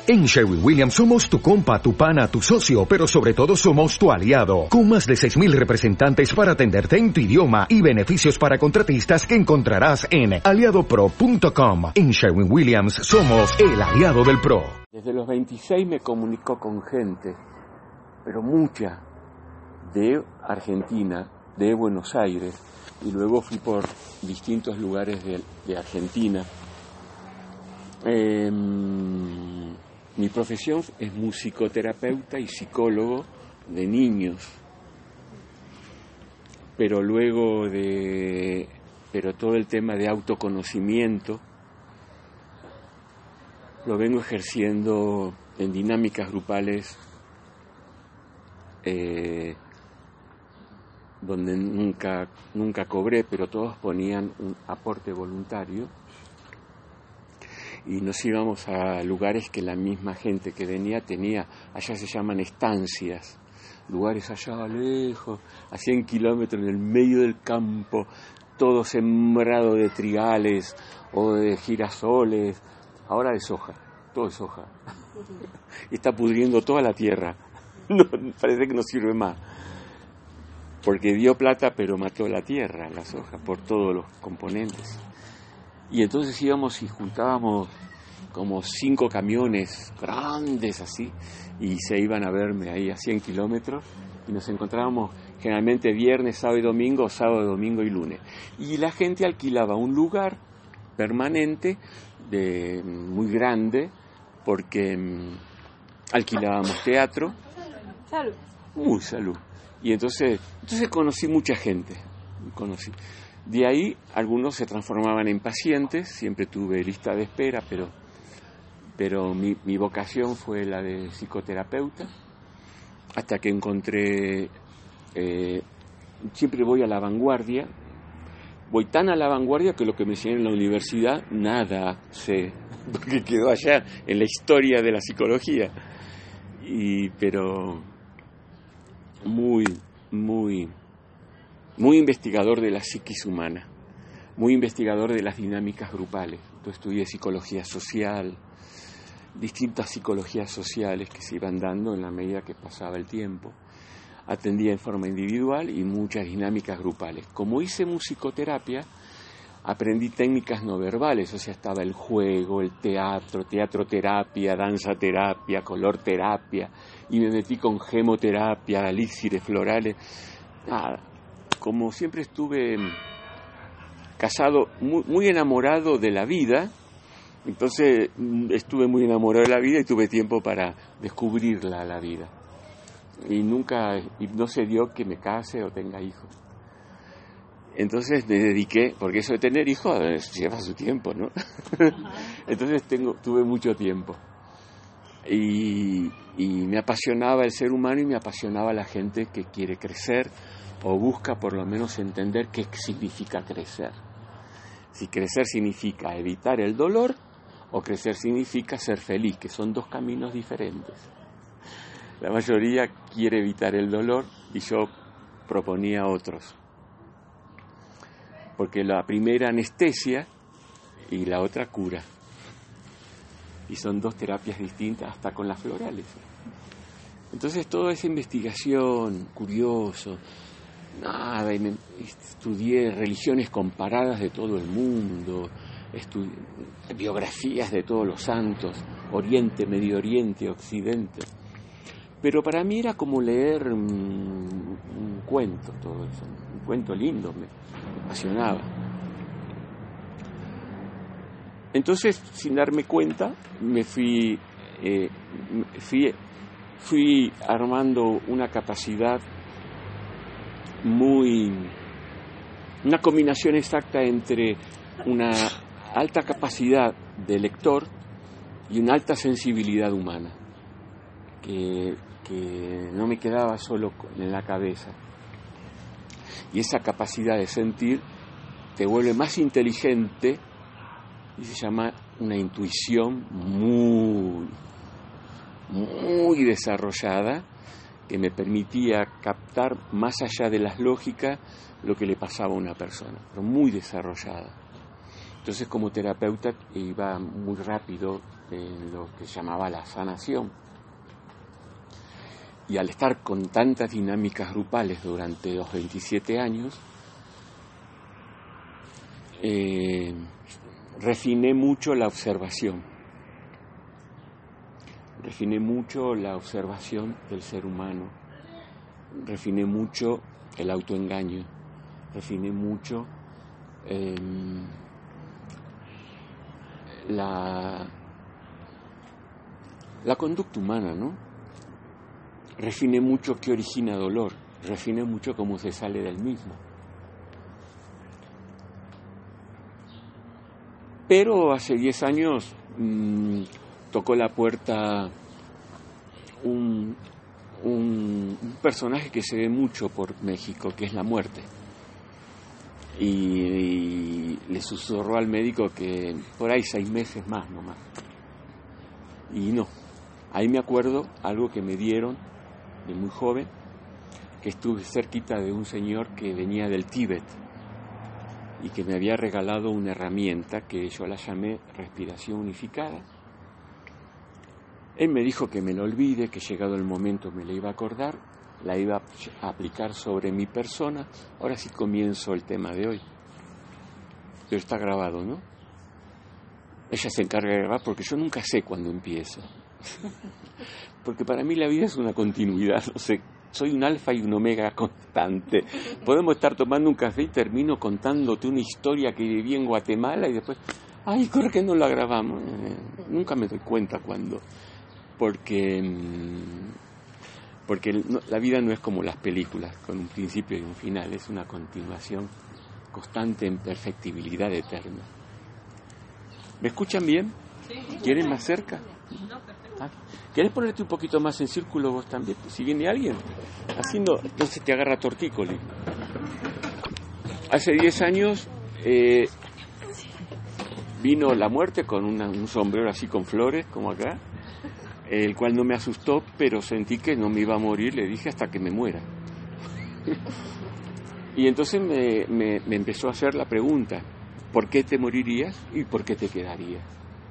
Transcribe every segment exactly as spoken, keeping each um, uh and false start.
En Sherwin-Williams somos tu compa, tu pana, tu socio, pero sobre todo somos tu aliado, con más de seis mil representantes para atenderte en tu idioma y beneficios para contratistas que encontrarás en aliado pro punto com. En Sherwin-Williams somos el aliado del pro. Desde los veintiséis me comunicó con gente, pero mucha, de Argentina, de Buenos Aires, y luego fui por distintos lugares de, de Argentina. Eh, mi profesión es musicoterapeuta y psicólogo de niños, pero luego de, pero todo el tema de autoconocimiento lo vengo ejerciendo en dinámicas grupales eh, donde nunca, nunca cobré, pero todos ponían un aporte voluntario y nos íbamos a lugares que la misma gente que venía tenía, allá se llaman estancias, lugares allá lejos, a cien kilómetros en el medio del campo, todo sembrado de trigales o de girasoles, ahora de soja, todo es soja, y está pudriendo toda la tierra, no, parece que no sirve más, porque dio plata pero mató la tierra, la soja, por todos los componentes. Y entonces íbamos y juntábamos como cinco camiones grandes así, y se iban a verme ahí a cien kilómetros, y nos encontrábamos generalmente viernes, sábado y domingo, sábado, domingo y lunes. Y la gente alquilaba un lugar permanente, de, muy grande, porque um, alquilábamos teatro. Salud. Muy salud. Y entonces, entonces conocí mucha gente, conocí. De ahí algunos se transformaban en pacientes, siempre tuve lista de espera, pero, pero mi, mi vocación fue la de psicoterapeuta, hasta que encontré, eh, siempre voy a la vanguardia, voy tan a la vanguardia que lo que me enseñé en la universidad, nada sé, porque quedó allá en la historia de la psicología, y, pero muy, muy... muy investigador de la psiquis humana, muy investigador de las dinámicas grupales. Yo estudié psicología social, distintas psicologías sociales que se iban dando en la medida que pasaba el tiempo. Atendía en forma individual y muchas dinámicas grupales. Como hice musicoterapia, aprendí técnicas no verbales, o sea, estaba el juego, el teatro, teatroterapia, danzaterapia, colorterapia, y me metí con gemoterapia, elixires florales, nada. Como siempre estuve casado, muy, muy enamorado de la vida, entonces estuve muy enamorado de la vida y tuve tiempo para descubrirla, la vida. Y nunca, y no se dio que me case o tenga hijos. Entonces me dediqué, porque eso de tener hijos lleva su tiempo, ¿no? Entonces tengo, tuve mucho tiempo. Y, y me apasionaba el ser humano y me apasionaba la gente que quiere crecer, o busca por lo menos entender qué significa crecer. Si crecer significa evitar el dolor, o crecer significa ser feliz, que son dos caminos diferentes. La mayoría quiere evitar el dolor y yo proponía otros. Porque la primera anestesia y la otra cura. Y son dos terapias distintas, hasta con las florales. Entonces toda esa investigación, curioso, nada, y me, estudié religiones comparadas de todo el mundo, estudié biografías de todos los santos, Oriente, Medio Oriente, Occidente. Pero para mí era como leer un, un cuento, todo eso, un cuento lindo, me, me apasionaba. Entonces, sin darme cuenta, me fui, eh, fui, fui armando una capacidad muy, una combinación exacta entre una alta capacidad de lector y una alta sensibilidad humana, que, que no me quedaba solo en la cabeza. Y esa capacidad de sentir te vuelve más inteligente y se llama una intuición muy, muy desarrollada, que me permitía captar más allá de las lógicas lo que le pasaba a una persona, pero muy desarrollada. Entonces, como terapeuta iba muy rápido en lo que se llamaba la sanación. Y al estar con tantas dinámicas grupales durante los veintisiete años, eh, refiné mucho la observación. Refiné mucho la observación del ser humano. Refiné mucho el autoengaño. Refiné mucho eh, la, la conducta humana, ¿no? Refiné mucho qué origina dolor, refiné mucho cómo se sale del mismo. Pero hace diez años mmm, tocó la puerta un, un, un personaje que se ve mucho por México, que es la muerte. Y, y le susurró al médico que por ahí seis meses más nomás. Y no, ahí me acuerdo algo que me dieron de muy joven, que estuve cerquita de un señor que venía del Tíbet y que me había regalado una herramienta que yo la llamé respiración unificada. Él me dijo que me lo olvide, que llegado el momento me la iba a acordar, la iba a aplicar sobre mi persona. Ahora sí comienzo el tema de hoy, pero está grabado, ¿no? Ella se encarga de grabar porque yo nunca sé cuándo empiezo. Porque para mí la vida es una continuidad, no sé, soy un alfa y un omega constante. Podemos estar tomando un café y termino contándote una historia que viví en Guatemala y después, ay, ¿por qué no la grabamos? Eh, nunca me doy cuenta cuándo, porque, porque no, la vida no es como las películas, con un principio y un final, es una continuación constante en perfectibilidad eterna. ¿Me escuchan bien? ¿Quieren más cerca? ¿Querés ponerte un poquito más en círculo vos también? Si viene alguien, así no, entonces te agarra tortícoli. Hace diez años eh, vino la muerte con una, un sombrero así con flores, como acá, el cual no me asustó, pero sentí que no me iba a morir, le dije hasta que me muera. Y entonces me, me, me empezó a hacer la pregunta, ¿por qué te morirías y por qué te quedarías?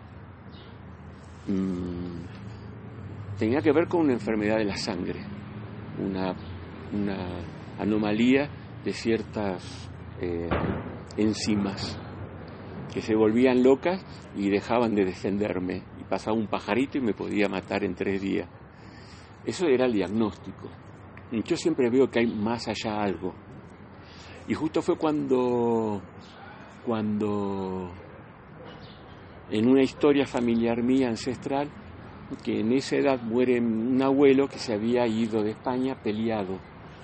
Mm, tenía que ver con una enfermedad de la sangre, una, una anomalía de ciertas eh, enzimas que se volvían locas y dejaban de defenderme, y pasaba un pajarito y me podía matar en tres días. Eso era el diagnóstico. Yo siempre veo que hay más allá algo. Y justo fue cuando, cuando en una historia familiar mía ancestral, que en esa edad muere un abuelo que se había ido de España peleado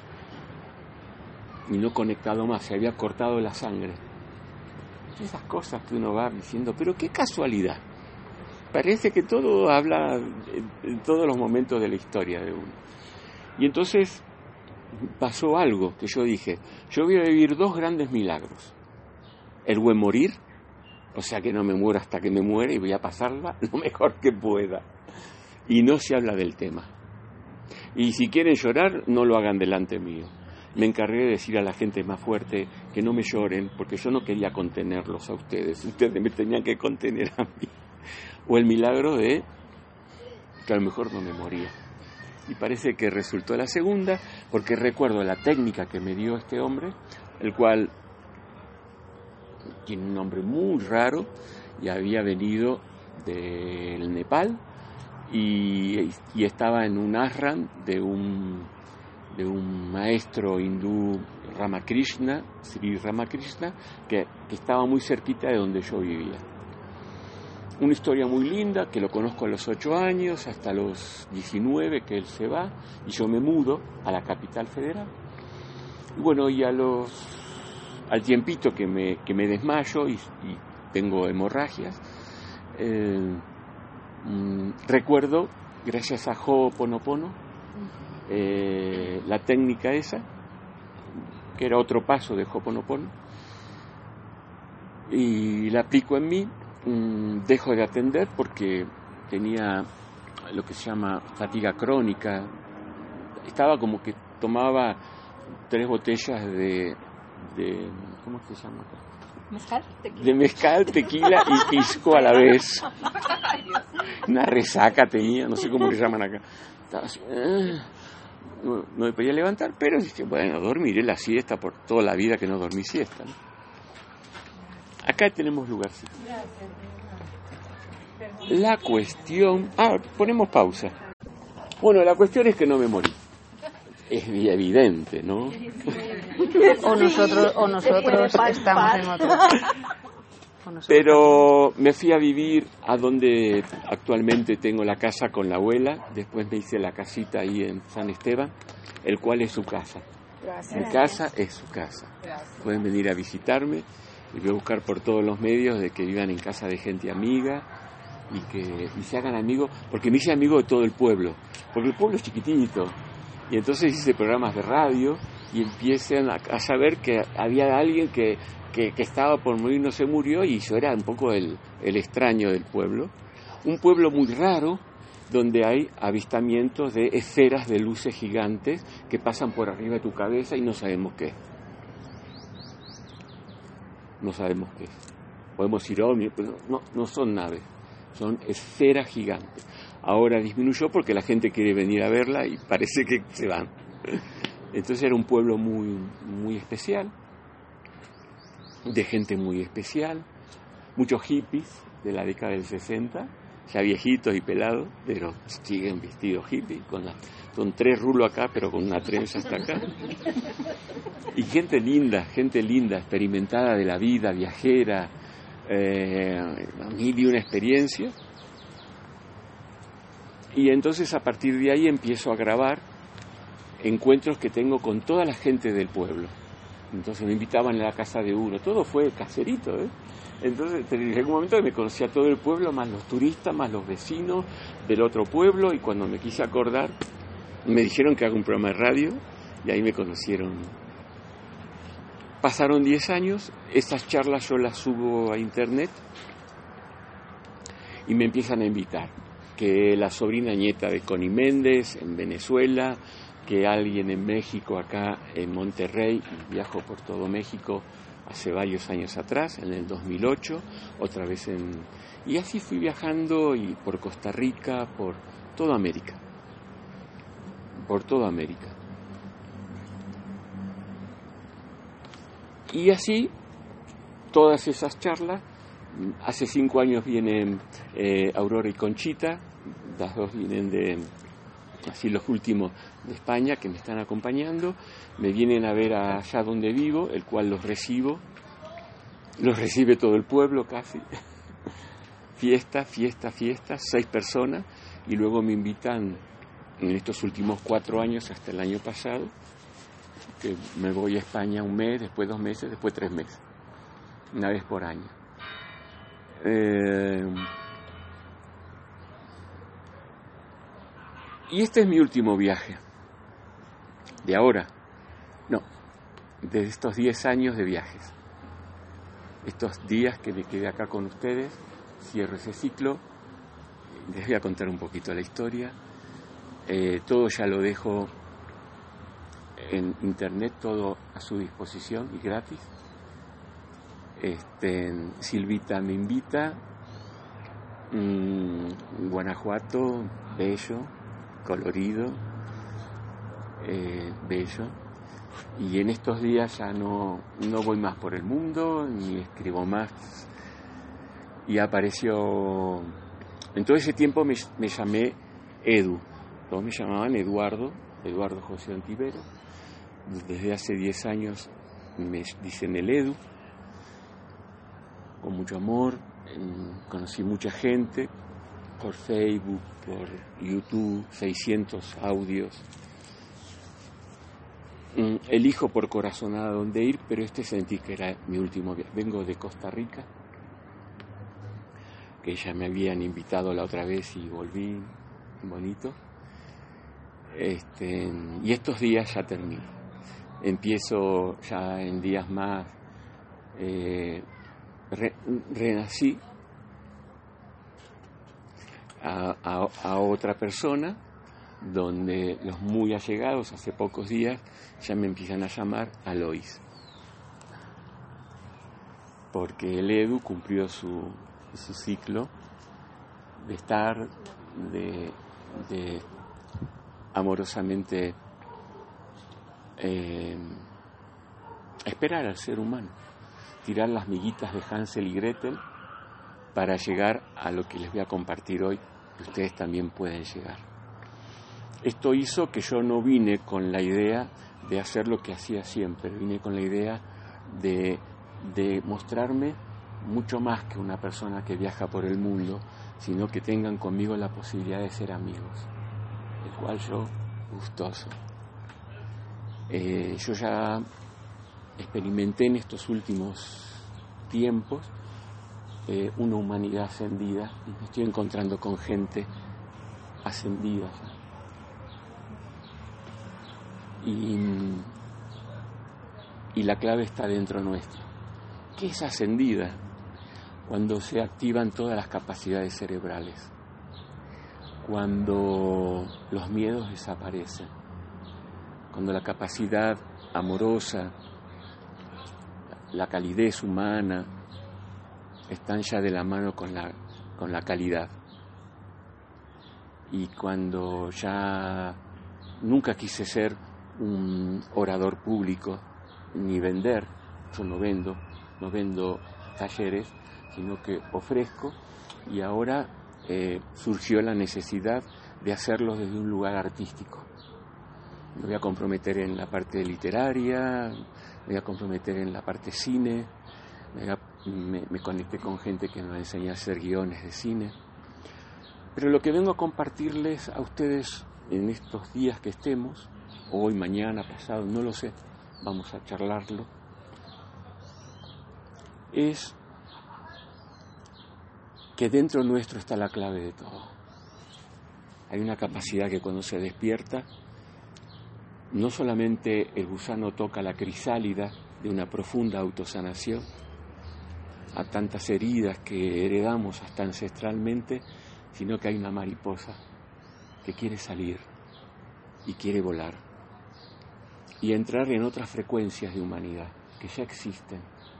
y no conectado más, se había cortado la sangre. Esas cosas que uno va diciendo, pero qué casualidad. Parece que todo habla en todos los momentos de la historia de uno. Y entonces pasó algo que yo dije, yo voy a vivir dos grandes milagros. El buen morir, o sea que no me muero hasta que me muere y voy a pasarla lo mejor que pueda. Y no se habla del tema. Y si quieren llorar, no lo hagan delante mío. Me encargué de decir a la gente más fuerte que no me lloren, porque yo no quería contenerlos a ustedes. Ustedes me tenían que contener a mí. O el milagro de que a lo mejor no me moría. Y parece que resultó la segunda, porque recuerdo la técnica que me dio este hombre, el cual tiene un nombre muy raro y había venido del Nepal y, y estaba en un ashram de un, de un maestro hindú, Ramakrishna, Sri Ramakrishna, que, que estaba muy cerquita de donde yo vivía. Una historia muy linda, que lo conozco a los ocho años, hasta los diecinueve que él se va, y yo me mudo a la capital federal. Y bueno, y a los, al tiempito que me, que me desmayo y, y tengo hemorragias, eh, mm, recuerdo, gracias a Ho'oponopono, eh, la técnica esa, que era otro paso de Ho'oponopono, y la aplico en mí. Dejo de atender porque tenía lo que se llama fatiga crónica. Estaba como que tomaba tres botellas de, de ¿cómo se llama? ¿Mezcal? Tequila. De mezcal, tequila y pisco a la vez. Una resaca tenía, no sé cómo le llaman acá. Estaba así, eh, no, no me podía levantar, pero dije, bueno, dormiré la siesta por toda la vida que no dormí siesta, ¿no? Acá tenemos lugarcito. La cuestión... Ah, ponemos pausa. Bueno, la cuestión es que no me morí. Es evidente, ¿no? O nosotros, o nosotros estamos en otro. Pero me fui a vivir a donde actualmente tengo la casa con la abuela. Después me hice la casita ahí en San Esteban, el cual es su casa. Gracias. Mi casa es su casa. Gracias. Pueden venir a visitarme y voy a buscar por todos los medios de que vivan en casa de gente amiga y que y se hagan amigos, porque me hice amigo de todo el pueblo, porque el pueblo es chiquitito. Y entonces hice programas de radio y empiezan a, a saber que había alguien que, que, que estaba por morir, no se murió, y yo era un poco el, el extraño del pueblo. Un pueblo muy raro, donde hay avistamientos de esferas de luces gigantes que pasan por arriba de tu cabeza y no sabemos qué. No sabemos qué. Podemos ir ovnis, pero no, no son naves, son esferas gigantes. Ahora disminuyó porque la gente quiere venir a verla y parece que se van. Entonces era un pueblo muy, muy especial, de gente muy especial, muchos hippies de la década del sesenta, ya viejitos y pelados, pero siguen vestidos hippies, con, la, con tres rulos acá, pero con una trenza hasta acá. Y gente linda, gente linda, experimentada de la vida, viajera, eh, mil y una experiencia. Y entonces a partir de ahí empiezo a grabar encuentros que tengo con toda la gente del pueblo. Entonces me invitaban a la casa de uno, todo fue caserito, ¿eh? Entonces en algún momento me conocía todo el pueblo, más los turistas, más los vecinos del otro pueblo, y cuando me quise acordar me dijeron que haga un programa de radio y ahí me conocieron. Pasaron diez años, esas charlas yo las subo a internet y me empiezan a invitar. Que la sobrina nieta de Connie Méndez en Venezuela, que alguien en México, acá en Monterrey, viajo por todo México hace varios años atrás, en el dos mil ocho, otra vez en... Y así fui viajando y por Costa Rica, por toda América, por toda América. Y así, todas esas charlas. Hace cinco años vienen eh, Aurora y Conchita, las dos vienen de, así los últimos de España, que me están acompañando, me vienen a ver allá donde vivo, el cual los recibo, los recibe todo el pueblo casi, fiesta, fiesta, fiesta, seis personas, y luego me invitan en estos últimos cuatro años, hasta el año pasado, que me voy a España un mes, después dos meses, después tres meses, una vez por año. Eh, y este es mi último viaje, de ahora, no, de estos diez años de viajes. Estos días que me quedé acá con ustedes, cierro ese ciclo, les voy a contar un poquito la historia, eh, todo ya lo dejo en internet, todo a su disposición y gratis. Este, Silvita me invita, mmm, Guanajuato, bello, colorido, eh, bello, y en estos días ya no, no voy más por el mundo, ni escribo más, y apareció, en todo ese tiempo me, me llamé Edu, todos me llamaban Eduardo, Eduardo José Ontivero, desde hace diez años me dicen el Edu, con mucho amor, conocí mucha gente por Facebook, por YouTube, seiscientos audios. Elijo por corazonada dónde ir, pero este sentí que era mi último viaje. Vengo de Costa Rica, que ya me habían invitado la otra vez y volví, bonito. Este, y estos días ya termino. Empiezo ya en días más... Eh, Re, renací a, a, a otra persona, donde los muy allegados hace pocos días ya me empiezan a llamar Alois. porque el Edu cumplió su, su ciclo de estar de, de amorosamente eh, esperar al ser humano, tirar las miguitas de Hansel y Gretel para llegar a lo que les voy a compartir hoy, que ustedes también pueden llegar. Esto hizo que yo no vine con la idea de hacer lo que hacía siempre, vine con la idea de, de mostrarme mucho más que una persona que viaja por el mundo, sino que tengan conmigo la posibilidad de ser amigos, el cual yo gustoso. Eh, yo ya experimenté en estos últimos tiempos eh, una humanidad ascendida y me estoy encontrando con gente ascendida ya. Y, y la clave está dentro nuestro. ¿Qué es ascendida? Cuando se activan todas las capacidades cerebrales, cuando los miedos desaparecen, cuando la capacidad amorosa, la calidez humana están ya de la mano con la, con la calidad. Y cuando ya nunca quise ser un orador público ni vender, yo no vendo, no vendo talleres, sino que ofrezco, y ahora eh, surgió la necesidad de hacerlo desde un lugar artístico. Me voy a comprometer en la parte literaria, me voy a comprometer en la parte cine, me, a, me, me conecté con gente que nos enseña a hacer guiones de cine. Pero lo que vengo a compartirles a ustedes en estos días que estemos, hoy, mañana, pasado, no lo sé, vamos a charlarlo, es que dentro nuestro está la clave de todo. Hay una capacidad que cuando se despierta, no solamente el gusano toca la crisálida de una profunda autosanación a tantas heridas que heredamos hasta ancestralmente, sino que hay una mariposa que quiere salir y quiere volar y entrar en otras frecuencias de humanidad que ya existen,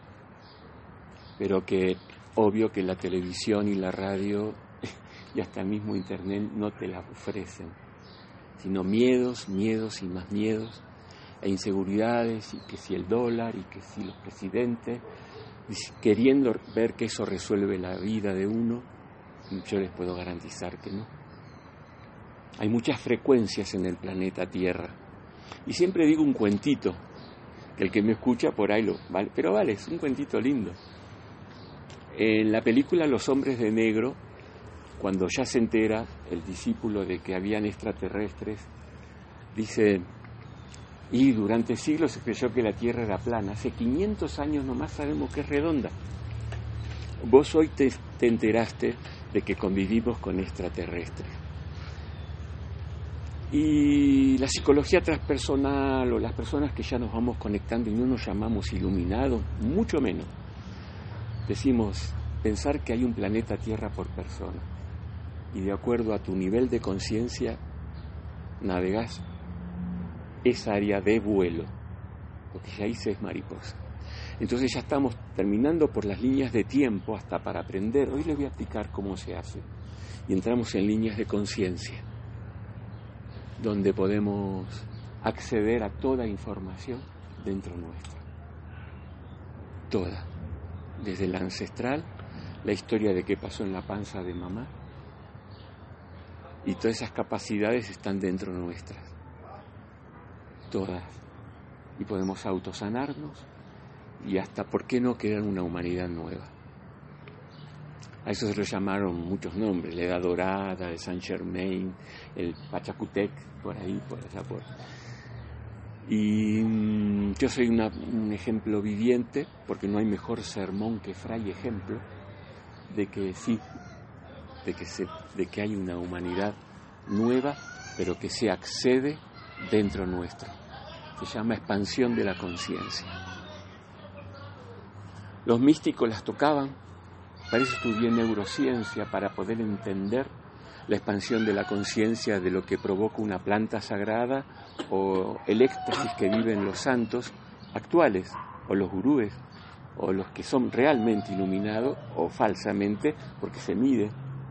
pero que obvio que la televisión y la radio y hasta el mismo internet no te la ofrecen, sino miedos, miedos y más miedos e inseguridades, y que si el dólar y que si los presidentes, queriendo ver que eso resuelve la vida de uno. Yo les puedo garantizar que no. Hay muchas frecuencias en el planeta Tierra. Y siempre digo un cuentito, que el que me escucha por ahí lo vale, pero vale, es un cuentito lindo. En la película Los Hombres de Negro, cuando ya se entera el discípulo de que habían extraterrestres, dice, y durante siglos se creyó que la Tierra era plana. Hace quinientos años nomás sabemos que es redonda. Vos hoy te, te enteraste de que convivimos con extraterrestres. Y la psicología transpersonal o las personas que ya nos vamos conectando y no nos llamamos iluminados, mucho menos, decimos pensar que hay un planeta Tierra por persona. Y de acuerdo a tu nivel de conciencia, navegás esa área de vuelo, porque ya hice es mariposa. Entonces ya estamos terminando por las líneas de tiempo hasta para aprender. Hoy les voy a explicar cómo se hace. Y entramos en líneas de conciencia, donde podemos acceder a toda información dentro nuestro. Toda. Desde la ancestral, la historia de qué pasó en la panza de mamá. Y todas esas capacidades están dentro nuestras. Todas. Y podemos autosanarnos. Y hasta, ¿por qué no crear una humanidad nueva? A eso se lo llamaron muchos nombres, la Edad Dorada, el Saint Germain, el Pachacutec, por ahí, por allá, por... Y mmm, yo soy una, un ejemplo viviente, porque no hay mejor sermón que fray ejemplo, de que sí, de que, se, de que hay una humanidad nueva, pero que se accede dentro nuestro. Se llama expansión de la conciencia. Los místicos las tocaban, para eso estudié neurociencia, para poder entender la expansión de la conciencia de lo que provoca una planta sagrada o el éxtasis que viven los santos actuales o los gurúes o los que son realmente iluminados o falsamente, porque se mide,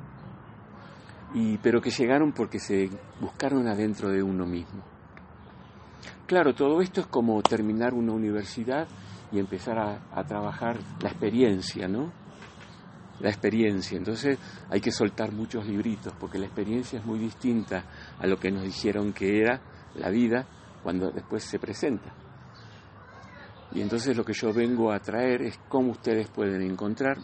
y, pero que llegaron porque se buscaron adentro de uno mismo. Claro, todo esto es como terminar una universidad y empezar a, a trabajar la experiencia, ¿no? La experiencia. Entonces hay que soltar muchos libritos, porque la experiencia es muy distinta a lo que nos dijeron que era la vida cuando después se presenta. Y entonces lo que yo vengo a traer es cómo ustedes pueden encontrar,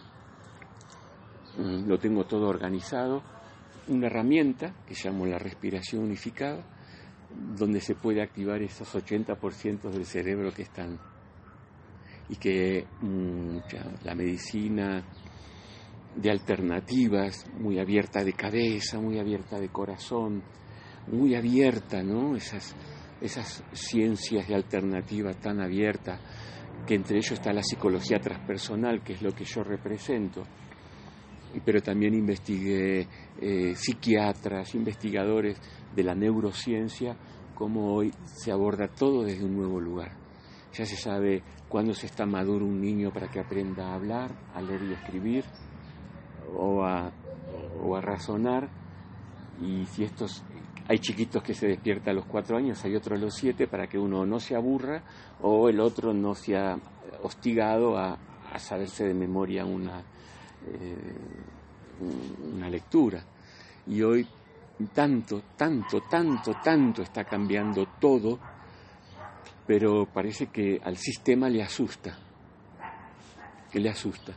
lo tengo todo organizado, una herramienta que llamo la respiración unificada, donde se puede activar esos ochenta por ciento del cerebro que están, y que mmm, ya, la medicina de alternativas, muy abierta de cabeza, muy abierta de corazón, muy abierta, ¿no? Esas, esas ciencias de alternativas tan abiertas, que entre ellos está la psicología transpersonal, que es lo que yo represento. Pero también investigué eh, psiquiatras, investigadores de la neurociencia, cómo hoy se aborda todo desde un nuevo lugar. Ya se sabe cuándo se está maduro un niño para que aprenda a hablar, a leer y escribir, o a, o a razonar, y si estos, hay chiquitos que se despiertan a los cuatro años, hay otros a los siete, para que uno no se aburra, o el otro no sea hostigado a, a saberse de memoria una Eh, una lectura. Y hoy tanto, tanto, tanto, tanto está cambiando todo, pero parece que al sistema le asusta, que le asusta.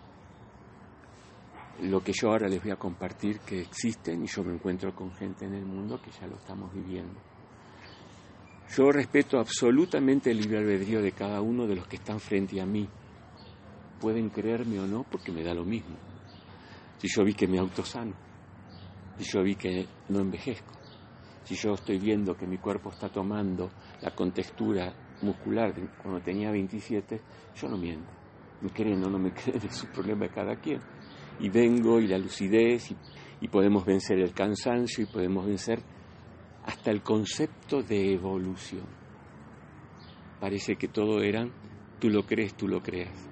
Lo que yo ahora les voy a compartir, que existen, y yo me encuentro con gente en el mundo que ya lo estamos viviendo. Yo respeto absolutamente el libre albedrío de cada uno de los que están frente a mí. Pueden creerme o no, porque me da lo mismo. Si yo vi que me autosano, si yo vi que no envejezco, si yo estoy viendo que mi cuerpo está tomando la contextura muscular de cuando tenía veintisiete, yo no miento. Me creen o no me creen, es un problema de cada quien. Y vengo, y la lucidez, y, y podemos vencer el cansancio, y podemos vencer hasta el concepto de evolución. Parece que todo eran, tú lo crees, tú lo creas.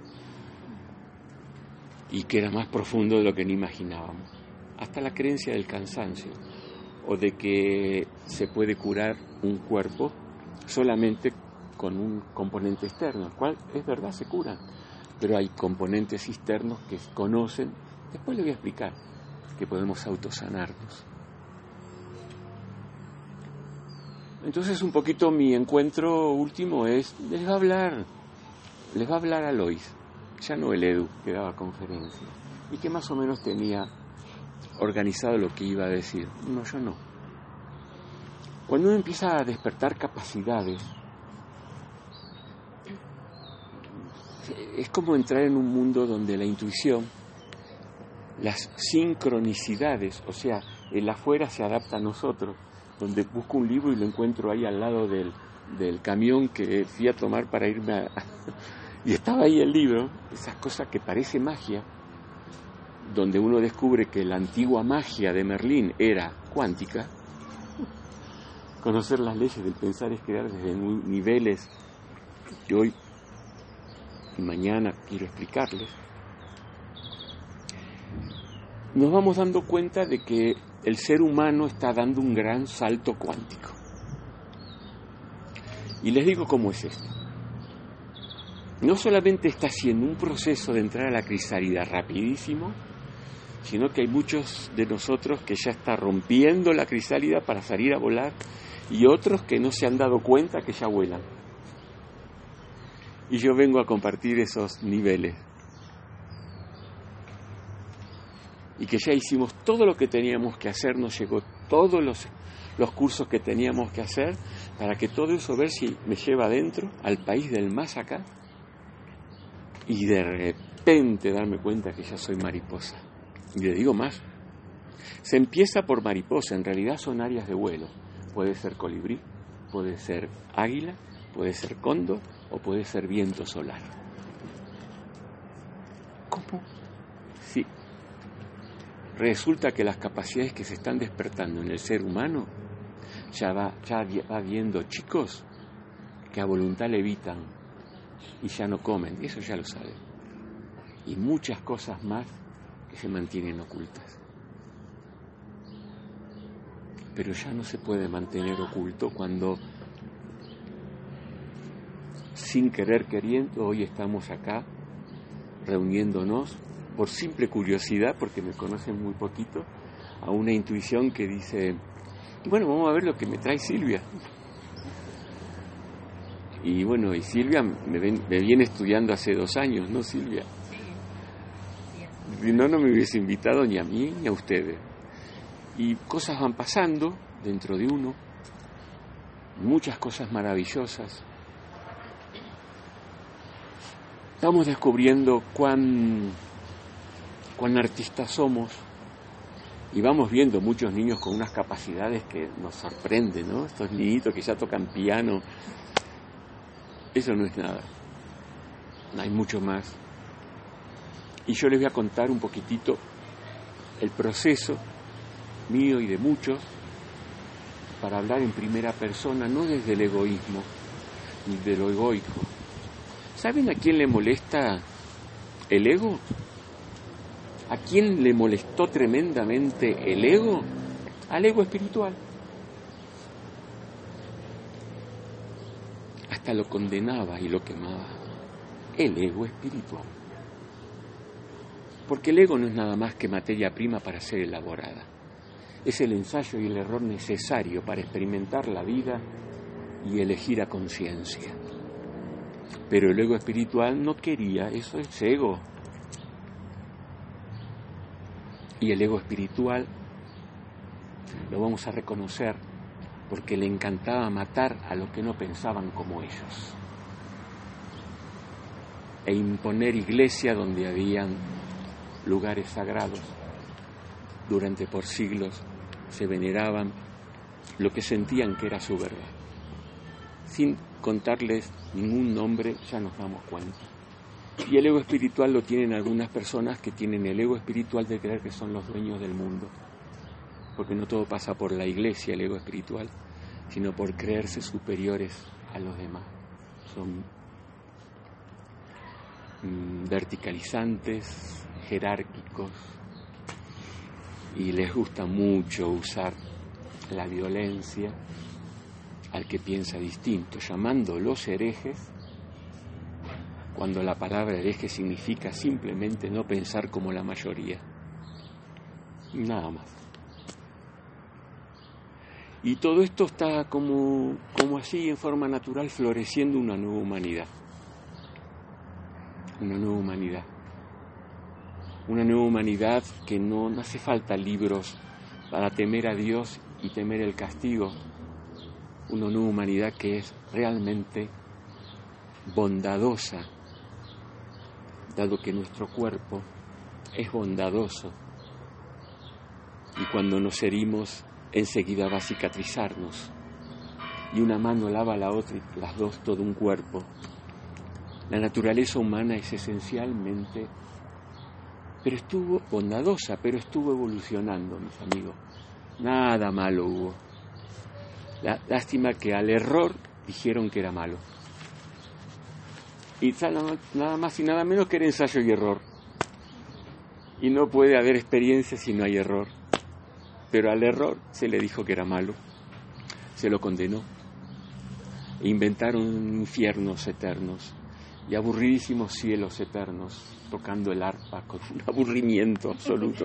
Y que era más profundo de lo que ni imaginábamos. Hasta la creencia del cansancio, o de que se puede curar un cuerpo solamente con un componente externo, el cual es verdad, se curan, pero hay componentes externos que conocen, después les voy a explicar, que podemos autosanarnos. Entonces un poquito mi encuentro último es, les va a hablar, les va a hablar a Lois. Ya no el Edu, que daba conferencias, y que más o menos tenía organizado lo que iba a decir. No, yo no. Cuando uno empieza a despertar capacidades, es como entrar en un mundo donde la intuición, las sincronicidades, o sea, el afuera se adapta a nosotros, donde busco un libro y lo encuentro ahí al lado del, del camión que fui a tomar para irme a... Y estaba ahí el libro, esas cosas que parece magia, donde uno descubre que la antigua magia de Merlín era cuántica. Conocer las leyes del pensar es crear desde niveles que hoy y mañana quiero explicarles. Nos vamos dando cuenta de que el ser humano está dando un gran salto cuántico. Y les digo cómo es esto. No solamente está haciendo un proceso de entrar a la crisálida rapidísimo, sino que hay muchos de nosotros que ya está rompiendo la crisálida para salir a volar, y otros que no se han dado cuenta que ya vuelan. Y yo vengo a compartir esos niveles. Y que ya hicimos todo lo que teníamos que hacer, nos llegó todos los, los cursos que teníamos que hacer, para que todo eso, ver si me lleva adentro, al país del más acá, y de repente darme cuenta que ya soy mariposa. Y le digo más, se empieza por mariposa, en realidad son áreas de vuelo. Puede ser colibrí, puede ser águila, puede ser cóndor, o puede ser viento solar. ¿Cómo? Sí. Resulta que las capacidades que se están despertando en el ser humano, ya va, ya va viendo chicos que a voluntad levitan y ya no comen, eso ya lo saben. y muchas cosas más que se mantienen ocultas. Pero ya no se puede mantener oculto cuando, sin querer queriendo, hoy estamos acá reuniéndonos por simple curiosidad, porque me conocen muy poquito, a una intuición que dice, bueno, vamos a ver lo que me trae Silvia. Y bueno, y Silvia me, ven, me viene estudiando hace dos años, ¿no, Silvia? Si no, no me hubiese invitado ni a mí ni a ustedes. Y cosas van pasando dentro de uno, muchas cosas maravillosas. Estamos descubriendo cuán, cuán artistas somos, y vamos viendo muchos niños con unas capacidades que nos sorprenden, ¿no? Estos niñitos que ya tocan piano. Eso no es nada. Hay mucho más. Y yo les voy a contar un poquitito el proceso mío y de muchos para hablar en primera persona, no desde el egoísmo ni de lo egoico. ¿Saben a quién le molesta el ego? ¿A quién le molestó tremendamente el ego? Al ego espiritual. Hasta lo condenaba y lo quemaba. El ego espiritual. Porque el ego no es nada más que materia prima para ser elaborada. Es el ensayo y el error necesario para experimentar la vida y elegir a conciencia. Pero el ego espiritual no quería, eso es ego. Y el ego espiritual lo vamos a reconocer porque le encantaba matar a los que no pensaban como ellos e imponer iglesia donde habían lugares sagrados. Durante por siglos se veneraban lo que sentían que era su verdad. Sin contarles ningún nombre, ya nos damos cuenta. Y el ego espiritual lo tienen algunas personas que tienen el ego espiritual de creer que son los dueños del mundo. Porque no todo pasa por la iglesia, el ego espiritual, sino por creerse superiores a los demás. Son mm, verticalizantes, jerárquicos, y les gusta mucho usar la violencia al que piensa distinto, llamándolos herejes, cuando la palabra hereje significa simplemente no pensar como la mayoría. Nada más. Y todo esto está como, como así en forma natural floreciendo una nueva humanidad. Una nueva humanidad. Una nueva humanidad que no, no hace falta libros para temer a Dios y temer el castigo. Una nueva humanidad que es realmente bondadosa, dado que nuestro cuerpo es bondadoso y cuando nos herimos enseguida va a cicatrizarnos y una mano lava a la otra y las dos todo un cuerpo. La naturaleza humana es esencialmente, pero estuvo bondadosa, pero estuvo evolucionando, mis amigos. Nada malo hubo. La, lástima que al error dijeron que era malo. Y nada más y nada menos que era ensayo y error. Y no puede haber experiencia si no hay error. Pero al error se le dijo que era malo. Se lo condenó. E inventaron infiernos eternos y aburridísimos cielos eternos, tocando el arpa con un aburrimiento absoluto.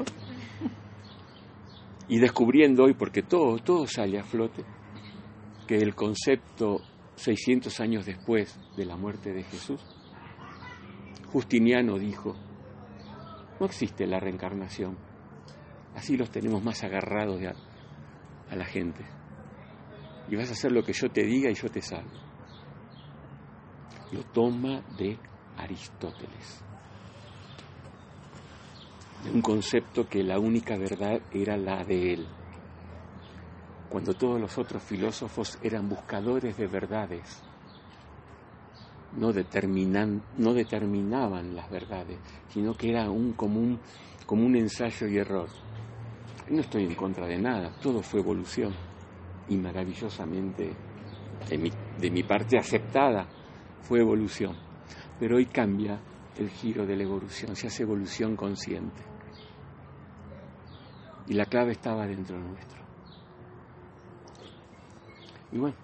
Y descubriendo hoy, porque todo, todo sale a flote, que el concepto seiscientos años después de la muerte de Jesús, Justiniano dijo, no existe la reencarnación, así los tenemos más agarrados a, a la gente, y vas a hacer lo que yo te diga y yo te salvo. Lo toma de Aristóteles, de un concepto que la única verdad era la de él, cuando todos los otros filósofos eran buscadores de verdades, no, determinan, no determinaban las verdades, sino que era un común, como un ensayo y error. No estoy en contra de nada, todo fue evolución, y maravillosamente, de mi, de mi parte aceptada, fue evolución. Pero hoy cambia el giro de la evolución, se hace evolución consciente. Y la clave estaba dentro nuestro. Y bueno,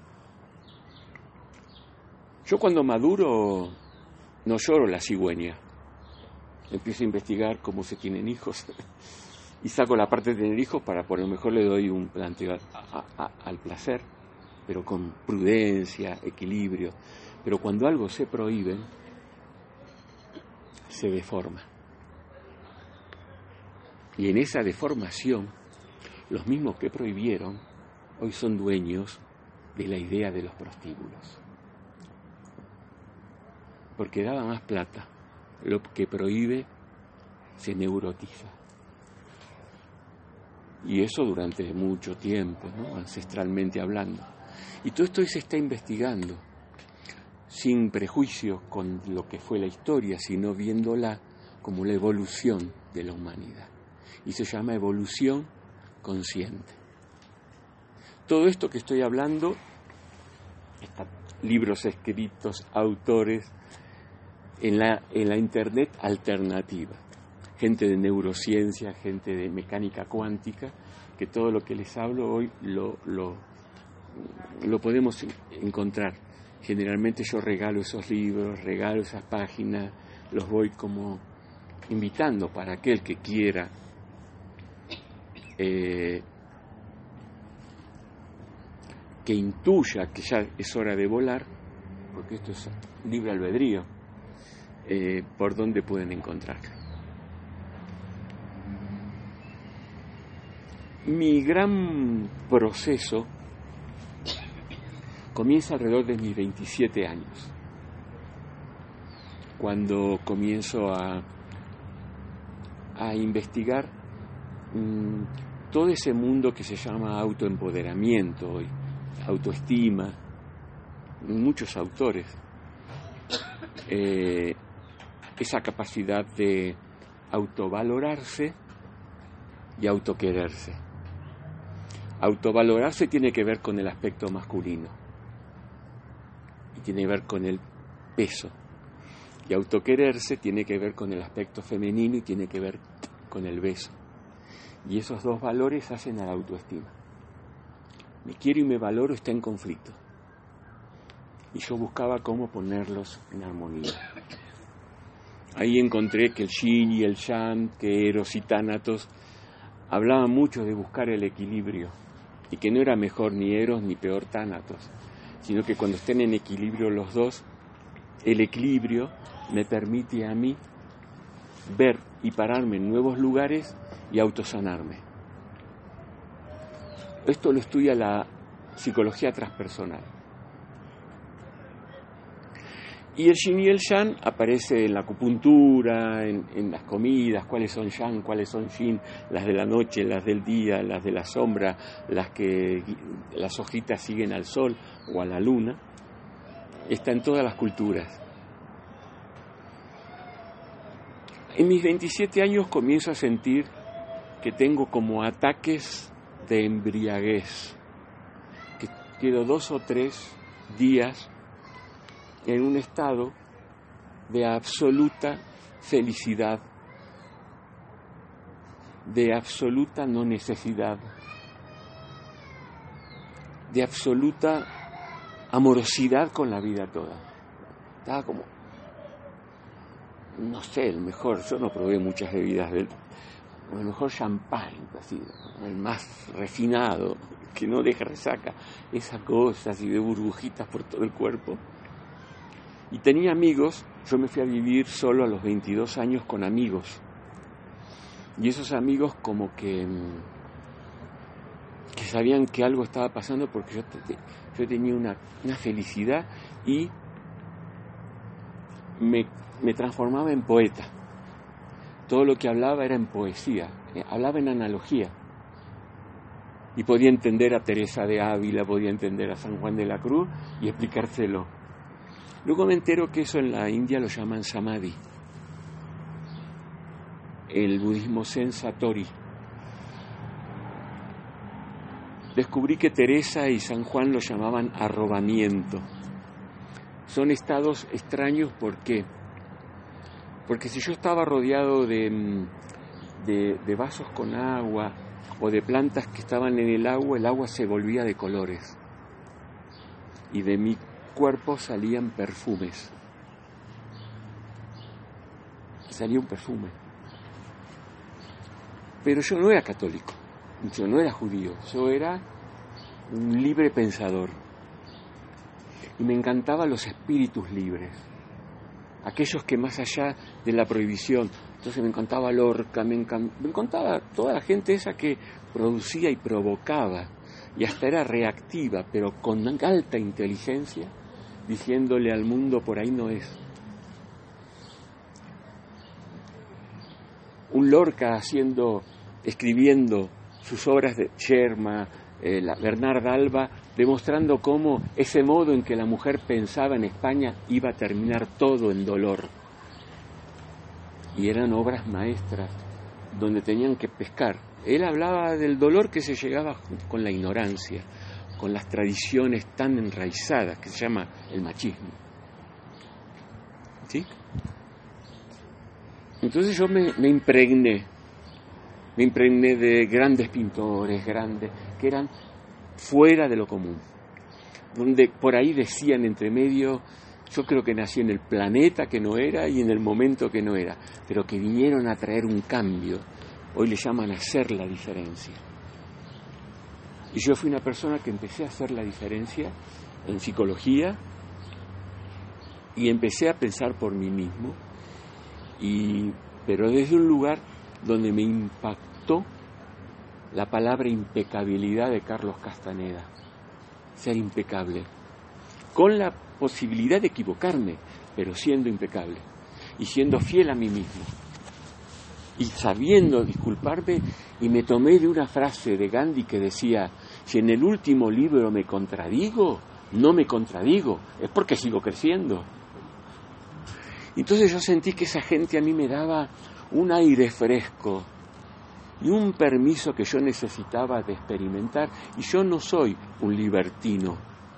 yo cuando maduro no lloro la cigüeña. Empiezo a investigar cómo se tienen hijos y saco la parte de tener hijos para por lo mejor le doy un planteo a, a, a, al placer, pero con prudencia, equilibrio. Pero cuando algo se prohíbe, se deforma. Y en esa deformación, los mismos que prohibieron, hoy son dueños de la idea de los prostíbulos. Porque daba más plata. Lo que prohíbe se neurotiza. Y eso durante mucho tiempo, ¿no? Ancestralmente hablando. Y todo esto hoy se está investigando, sin prejuicios con lo que fue la historia, sino viéndola como la evolución de la humanidad. Y se llama evolución consciente. Todo esto que estoy hablando, está, libros escritos, autores, en la, en la internet alternativa. Gente de neurociencia, gente de mecánica cuántica, que todo lo que les hablo hoy lo, lo, lo podemos encontrar. Generalmente yo regalo esos libros, regalo esas páginas, los voy como invitando para aquel que quiera eh, que intuya que ya es hora de volar, porque esto es libre albedrío, eh, por dónde pueden encontrar. Mi gran proceso comienza alrededor de mis veintisiete años, cuando comienzo a, a investigar mmm, todo ese mundo que se llama autoempoderamiento hoy, autoestima, muchos autores, eh, esa capacidad de autovalorarse y autoquererse. Autovalorarse tiene que ver con el aspecto masculino y tiene que ver con el peso, y autoquererse tiene que ver con el aspecto femenino y tiene que ver con el beso, y esos dos valores hacen a la autoestima. Me quiero y me valoro está en conflicto, y yo buscaba cómo ponerlos en armonía. Ahí encontré que el yin y el yang, que Eros y Tánatos hablaban mucho de buscar el equilibrio, y que no era mejor ni Eros ni peor Tánatos, sino que cuando estén en equilibrio los dos, el equilibrio me permite a mí ver y pararme en nuevos lugares y autosanarme. Esto lo estudia la psicología transpersonal. Y el yin y el yang aparece en la acupuntura, en, en las comidas, cuáles son yang, cuáles son yin, las de la noche, las del día, las de la sombra, las que las hojitas siguen al sol o a la luna. Está en todas las culturas. En mis veintisiete años comienzo a sentir que tengo como ataques de embriaguez, que quedo dos o tres días en un estado de absoluta felicidad, de absoluta no necesidad, de absoluta amorosidad con la vida toda. Estaba como, no sé, el mejor, yo no probé muchas bebidas del, el mejor champán, así, el más refinado, que no deja resaca, esa cosa así de burbujitas por todo el cuerpo. Y tenía amigos, yo me fui a vivir solo a los veintidós años con amigos. Y esos amigos como que, que sabían que algo estaba pasando porque yo, yo tenía una, una felicidad y me, me transformaba en poeta. Todo lo que hablaba era en poesía, hablaba en analogía. Y podía entender a Teresa de Ávila, podía entender a San Juan de la Cruz y explicárselo. Luego me entero que eso en la India lo llaman samadhi, el budismo zen satori. Descubrí que Teresa y San Juan lo llamaban arrobamiento. Son estados extraños, ¿por qué? Porque si yo estaba rodeado de, de, de vasos con agua o de plantas que estaban en el agua, el agua se volvía de colores. Y de mi cuerpo salían perfumes. Salía un perfume. Pero yo no era católico, yo no era judío, yo era un libre pensador. Y me encantaban los espíritus libres, aquellos que más allá de la prohibición. Entonces me encantaba Lorca, me, encan- me encantaba toda la gente esa que producía y provocaba, y hasta era reactiva, pero con alta inteligencia, diciéndole al mundo por ahí no es. Un Lorca haciendo, escribiendo sus obras de Sherma, eh, la Bernarda Alba, demostrando cómo ese modo en que la mujer pensaba en España iba a terminar todo en dolor. Y eran obras maestras, donde tenían que pescar. Él hablaba del dolor que se llegaba con la ignorancia, con las tradiciones tan enraizadas, que se llama el machismo. ¿Sí? Entonces yo me, me impregné, me impregné de grandes pintores, grandes, que eran fuera de lo común, donde por ahí decían entre medio, yo creo que nací en el planeta que no era y en el momento que no era, pero que vinieron a traer un cambio, hoy le llaman hacer la diferencia. Y yo fui una persona que empecé a hacer la diferencia en psicología y empecé a pensar por mí mismo. Y, pero desde un lugar donde me impactó la palabra impecabilidad de Carlos Castaneda. Ser impecable, con la posibilidad de equivocarme, pero siendo impecable y siendo fiel a mí mismo y sabiendo disculparme. Y me tomé de una frase de Gandhi que decía: si en el último libro me contradigo, no me contradigo, es porque sigo creciendo. Entonces yo sentí que esa gente a mí me daba un aire fresco y un permiso que yo necesitaba de experimentar. Y yo no soy un libertino.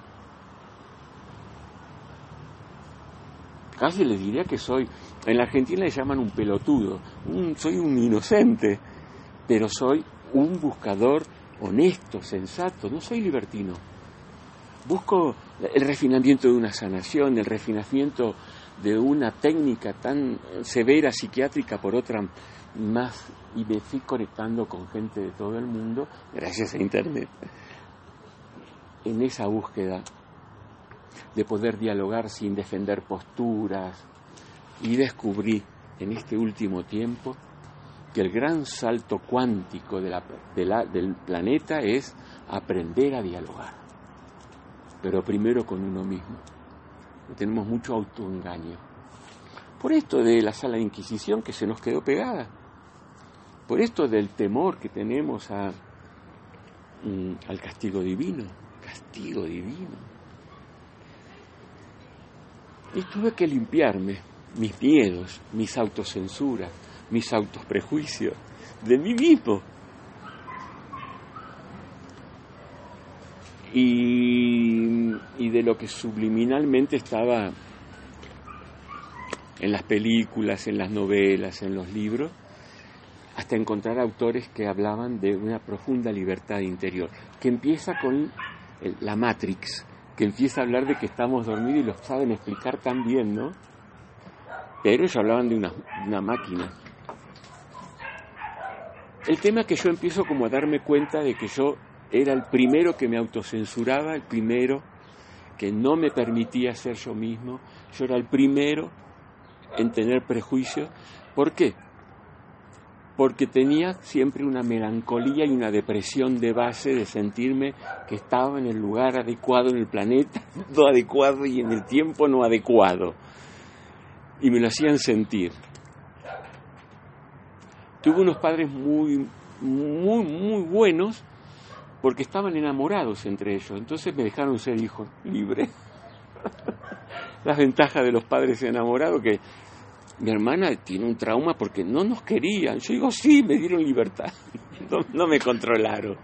Casi les diría que soy, en la Argentina le llaman un pelotudo, un, soy un inocente, pero soy un buscador honesto, sensato, no soy libertino. Busco el refinamiento de una sanación, el refinamiento de una técnica tan severa psiquiátrica por otra más, y me fui conectando con gente de todo el mundo gracias a internet en esa búsqueda de poder dialogar sin defender posturas. Y descubrí en este último tiempo que el gran salto cuántico de la, de la, del planeta es aprender a dialogar, pero primero con uno mismo. Tenemos mucho autoengaño. Por esto de la sala de Inquisición que se nos quedó pegada. Por esto del temor que tenemos a, mm, al castigo divino. Castigo divino. Y tuve que limpiarme mis miedos, mis autocensuras, mis autoprejuicios de mí mismo. Y, y de lo que subliminalmente estaba en las películas, en las novelas, en los libros, hasta encontrar autores que hablaban de una profunda libertad interior, que empieza con el, la Matrix, que empieza a hablar de que estamos dormidos y lo saben explicar tan bien, ¿no? Pero ellos hablaban de una, una máquina. El tema es que yo empiezo como a darme cuenta de que yo era el primero que me autocensuraba, el primero que no me permitía ser yo mismo. Yo era el primero en tener prejuicios. ¿Por qué? Porque tenía siempre una melancolía y una depresión de base de sentirme que estaba en el lugar adecuado, en el planeta no adecuado y en el tiempo no adecuado. Y me lo hacían sentir. Tuve unos padres muy, muy, muy buenos, porque estaban enamorados entre ellos, entonces me dejaron ser hijo libre. Las ventajas de los padres enamorados, que mi hermana tiene un trauma porque no nos querían. Yo digo, sí, me dieron libertad, no, no me controlaron.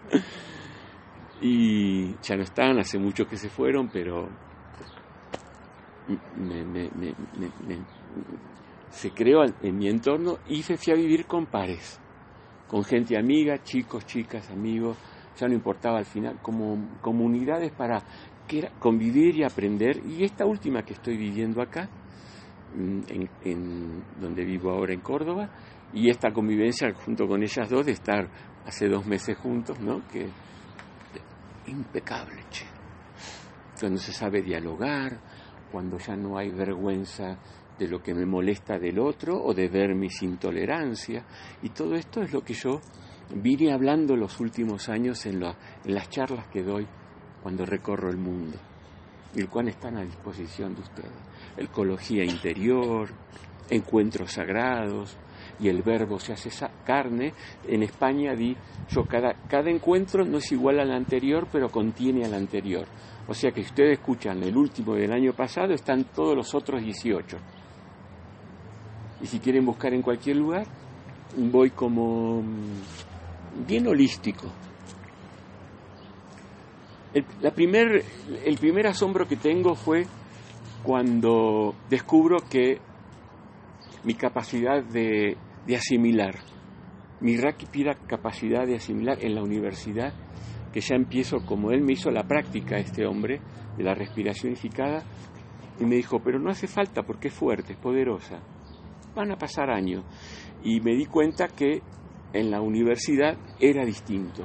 Y ya no están, hace mucho que se fueron, pero me, me, me, me, me, se creó en mi entorno y me fui a vivir con pares, con gente amiga, chicos, chicas, amigos, ya no importaba al final, como comunidades para que era convivir y aprender. Y esta última que estoy viviendo acá, en, en donde vivo ahora en Córdoba, y esta convivencia junto con ellas dos de estar hace dos meses juntos, ¿no? Que impecable, che. Cuando se sabe dialogar, cuando ya no hay vergüenza de lo que me molesta del otro o de ver mis intolerancias. Y todo esto es lo que yo vine hablando los últimos años en, la, en las charlas que doy cuando recorro el mundo, y el cual están a disposición de ustedes. Ecología interior, encuentros sagrados, y el verbo se hace carne. En España di yo, cada, cada encuentro no es igual al anterior, pero contiene al anterior. O sea que si ustedes escuchan el último del año pasado, están todos los otros dieciocho. Y si quieren buscar en cualquier lugar, voy como bien holístico. El, la primer, el primer asombro que tengo fue cuando descubro que mi capacidad de, de asimilar, mi rápida capacidad de asimilar en la universidad, que ya empiezo, como él me hizo la práctica, este hombre, de la respiración unificada, y me dijo, pero no hace falta porque es fuerte, es poderosa. Van a pasar años. Y me di cuenta que en la universidad era distinto.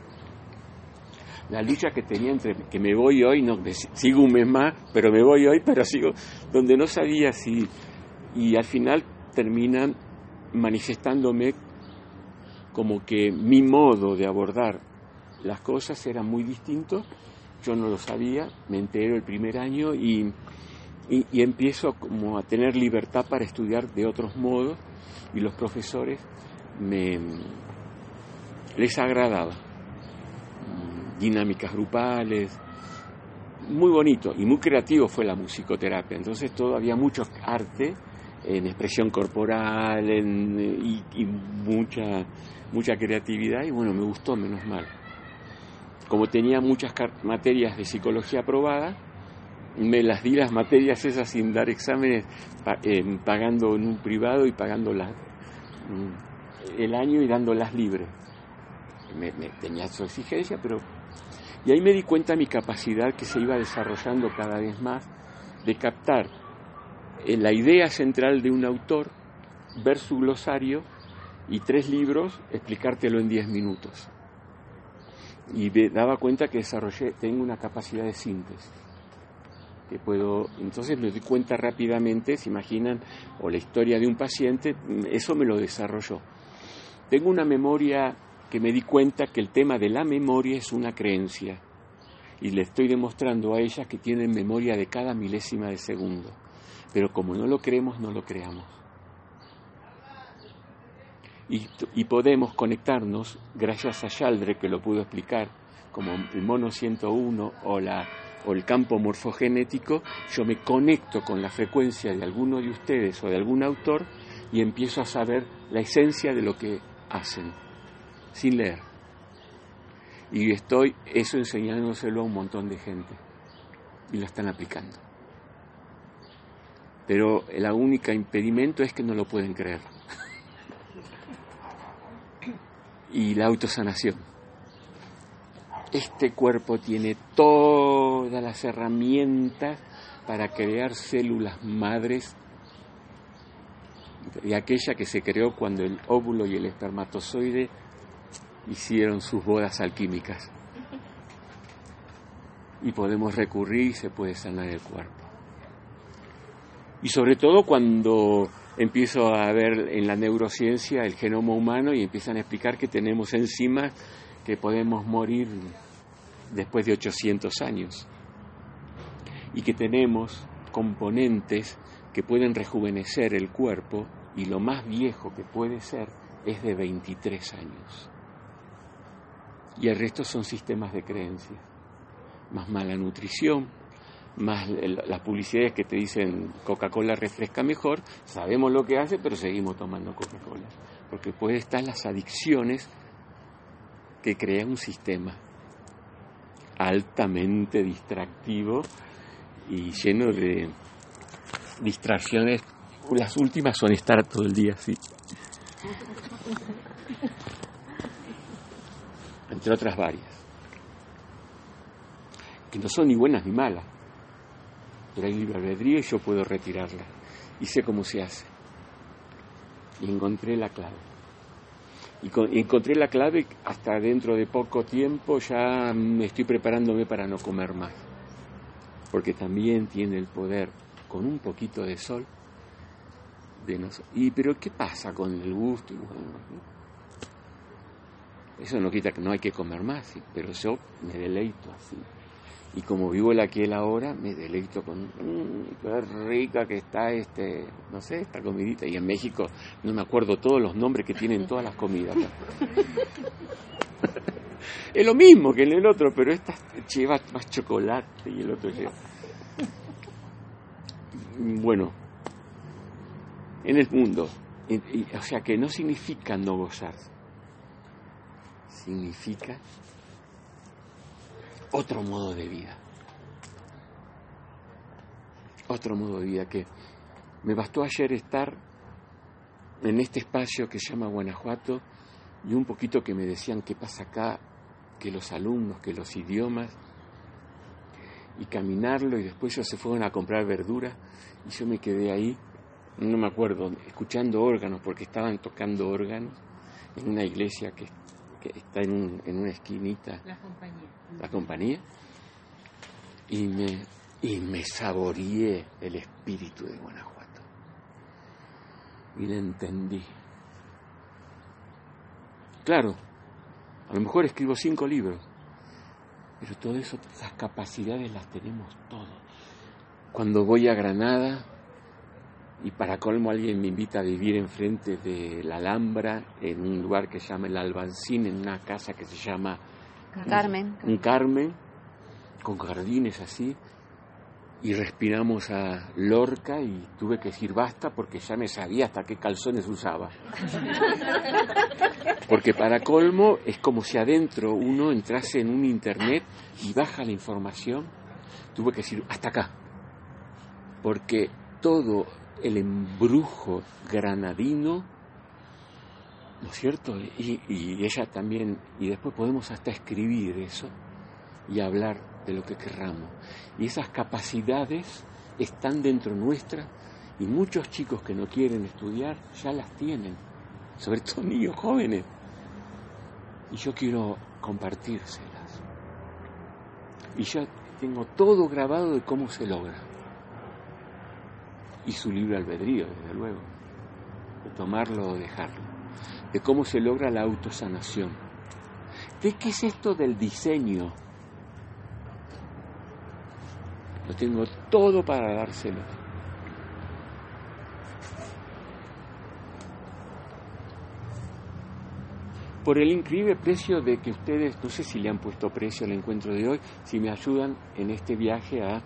La lucha que tenía entre que me voy hoy, no, sigo un mes más, pero me voy hoy, pero sigo, donde no sabía si, y al final terminan manifestándome como que mi modo de abordar las cosas era muy distinto. Yo no lo sabía, me entero el primer año y, y, y empiezo como a tener libertad para estudiar de otros modos, y los profesores me les agradaba. Dinámicas grupales, muy bonito y muy creativo fue la musicoterapia. Entonces todo, había mucho arte en expresión corporal en, y, y mucha mucha creatividad, y bueno, me gustó, menos mal. Como tenía muchas materias de psicología aprobada, me las di las materias esas sin dar exámenes, pa, eh, pagando en un privado y pagando la, el año y dándolas libres. Me, me tenía su exigencia, pero... Y ahí me di cuenta de mi capacidad que se iba desarrollando cada vez más de captar eh, la idea central de un autor, ver su glosario y tres libros, explicártelo en diez minutos. Y me daba cuenta que desarrollé, tengo una capacidad de síntesis. Que puedo, entonces me doy cuenta rápidamente, se imaginan, o la historia de un paciente, eso me lo desarrolló. Tengo una memoria que me di cuenta que el tema de la memoria es una creencia, y le estoy demostrando a ellas que tienen memoria de cada milésima de segundo, pero como no lo creemos, no lo creamos. Y, y podemos conectarnos, gracias a Shaldre, que lo pudo explicar, como el mono ciento uno o, la, o el campo morfogenético. Yo me conecto con la frecuencia de alguno de ustedes o de algún autor y empiezo a saber la esencia de lo que hacen, sin leer. Y estoy eso enseñándoselo a un montón de gente, y lo están aplicando. Pero el único impedimento es que no lo pueden creer. Y la autosanación. Este cuerpo tiene todas las herramientas para crear células madres, y aquella que se creó cuando el óvulo y el espermatozoide hicieron sus bodas alquímicas. Y podemos recurrir y se puede sanar el cuerpo. Y sobre todo cuando empiezo a ver en la neurociencia el genoma humano y empiezan a explicar que tenemos enzimas que podemos morir después de ochocientos años. Y que tenemos componentes que pueden rejuvenecer el cuerpo, y lo más viejo que puede ser es de veintitrés años. Y el resto son sistemas de creencias, más mala nutrición, más las publicidades que te dicen Coca-Cola refresca mejor. Sabemos lo que hace, pero seguimos tomando Coca-Cola, porque puede estar las adicciones que crea un sistema altamente distractivo y lleno de distracciones las últimas son estar todo el día así. Entre otras varias. Que no son ni buenas ni malas. Pero hay libre albedrío y yo puedo retirarla. Y sé cómo se hace. Y encontré la clave. Y, con, y encontré la clave hasta dentro de poco tiempo ya me estoy preparándome para no comer más. Porque también tiene el poder, con un poquito de sol, de no... Y pero ¿qué pasa con el gusto? Y bueno, eso no quita que no hay que comer más, ¿sí? Pero yo me deleito así. Y como vivo el aquí y el ahora, me deleito con, mmm, qué rica que está este, no sé, esta comidita. Y en México no me acuerdo todos los nombres que tienen todas las comidas. Es lo mismo que en el otro, pero esta lleva más chocolate y el otro lleva... Bueno, en el mundo, y, y, o sea que no significa no gozar, significa otro modo de vida. Otro modo de vida que me bastó ayer estar en este espacio que se llama Guanajuato y un poquito que me decían qué pasa acá, que los alumnos, que los idiomas, y caminarlo, y después ellos se fueron a comprar verdura y yo me quedé ahí, no me acuerdo, escuchando órganos, porque estaban tocando órganos en una iglesia que, que está en, un, en una esquinita. La compañía. La compañía. Y me, y me saboreé el espíritu de Guanajuato. Y le entendí. Claro, a lo mejor escribo cinco libros, pero todo eso, esas capacidades las tenemos todos. Cuando voy a Granada, y para colmo alguien me invita a vivir enfrente de la Alhambra, en un lugar que se llama el Albancín, en una casa que se llama Carmen. Un, un Carmen, con jardines así, y respiramos a Lorca y tuve que decir basta porque ya me sabía hasta qué calzones usaba. Porque para colmo es como si adentro uno entrase en un internet y baja la información. Tuve que decir hasta acá. Porque todo el embrujo granadino, ¿no es cierto? Y, y ella también, y después podemos hasta escribir eso y hablar de lo que querramos. Y esas capacidades están dentro nuestra y muchos chicos que no quieren estudiar ya las tienen, sobre todo niños jóvenes. Y yo quiero compartírselas. Y yo tengo todo grabado de cómo se logra. Y su libre albedrío, desde luego, de tomarlo o dejarlo, de cómo se logra la autosanación, de qué es esto del diseño. Lo tengo todo para dárselo. Por el increíble precio de que ustedes, no sé si le han puesto precio al encuentro de hoy, si me ayudan en este viaje a,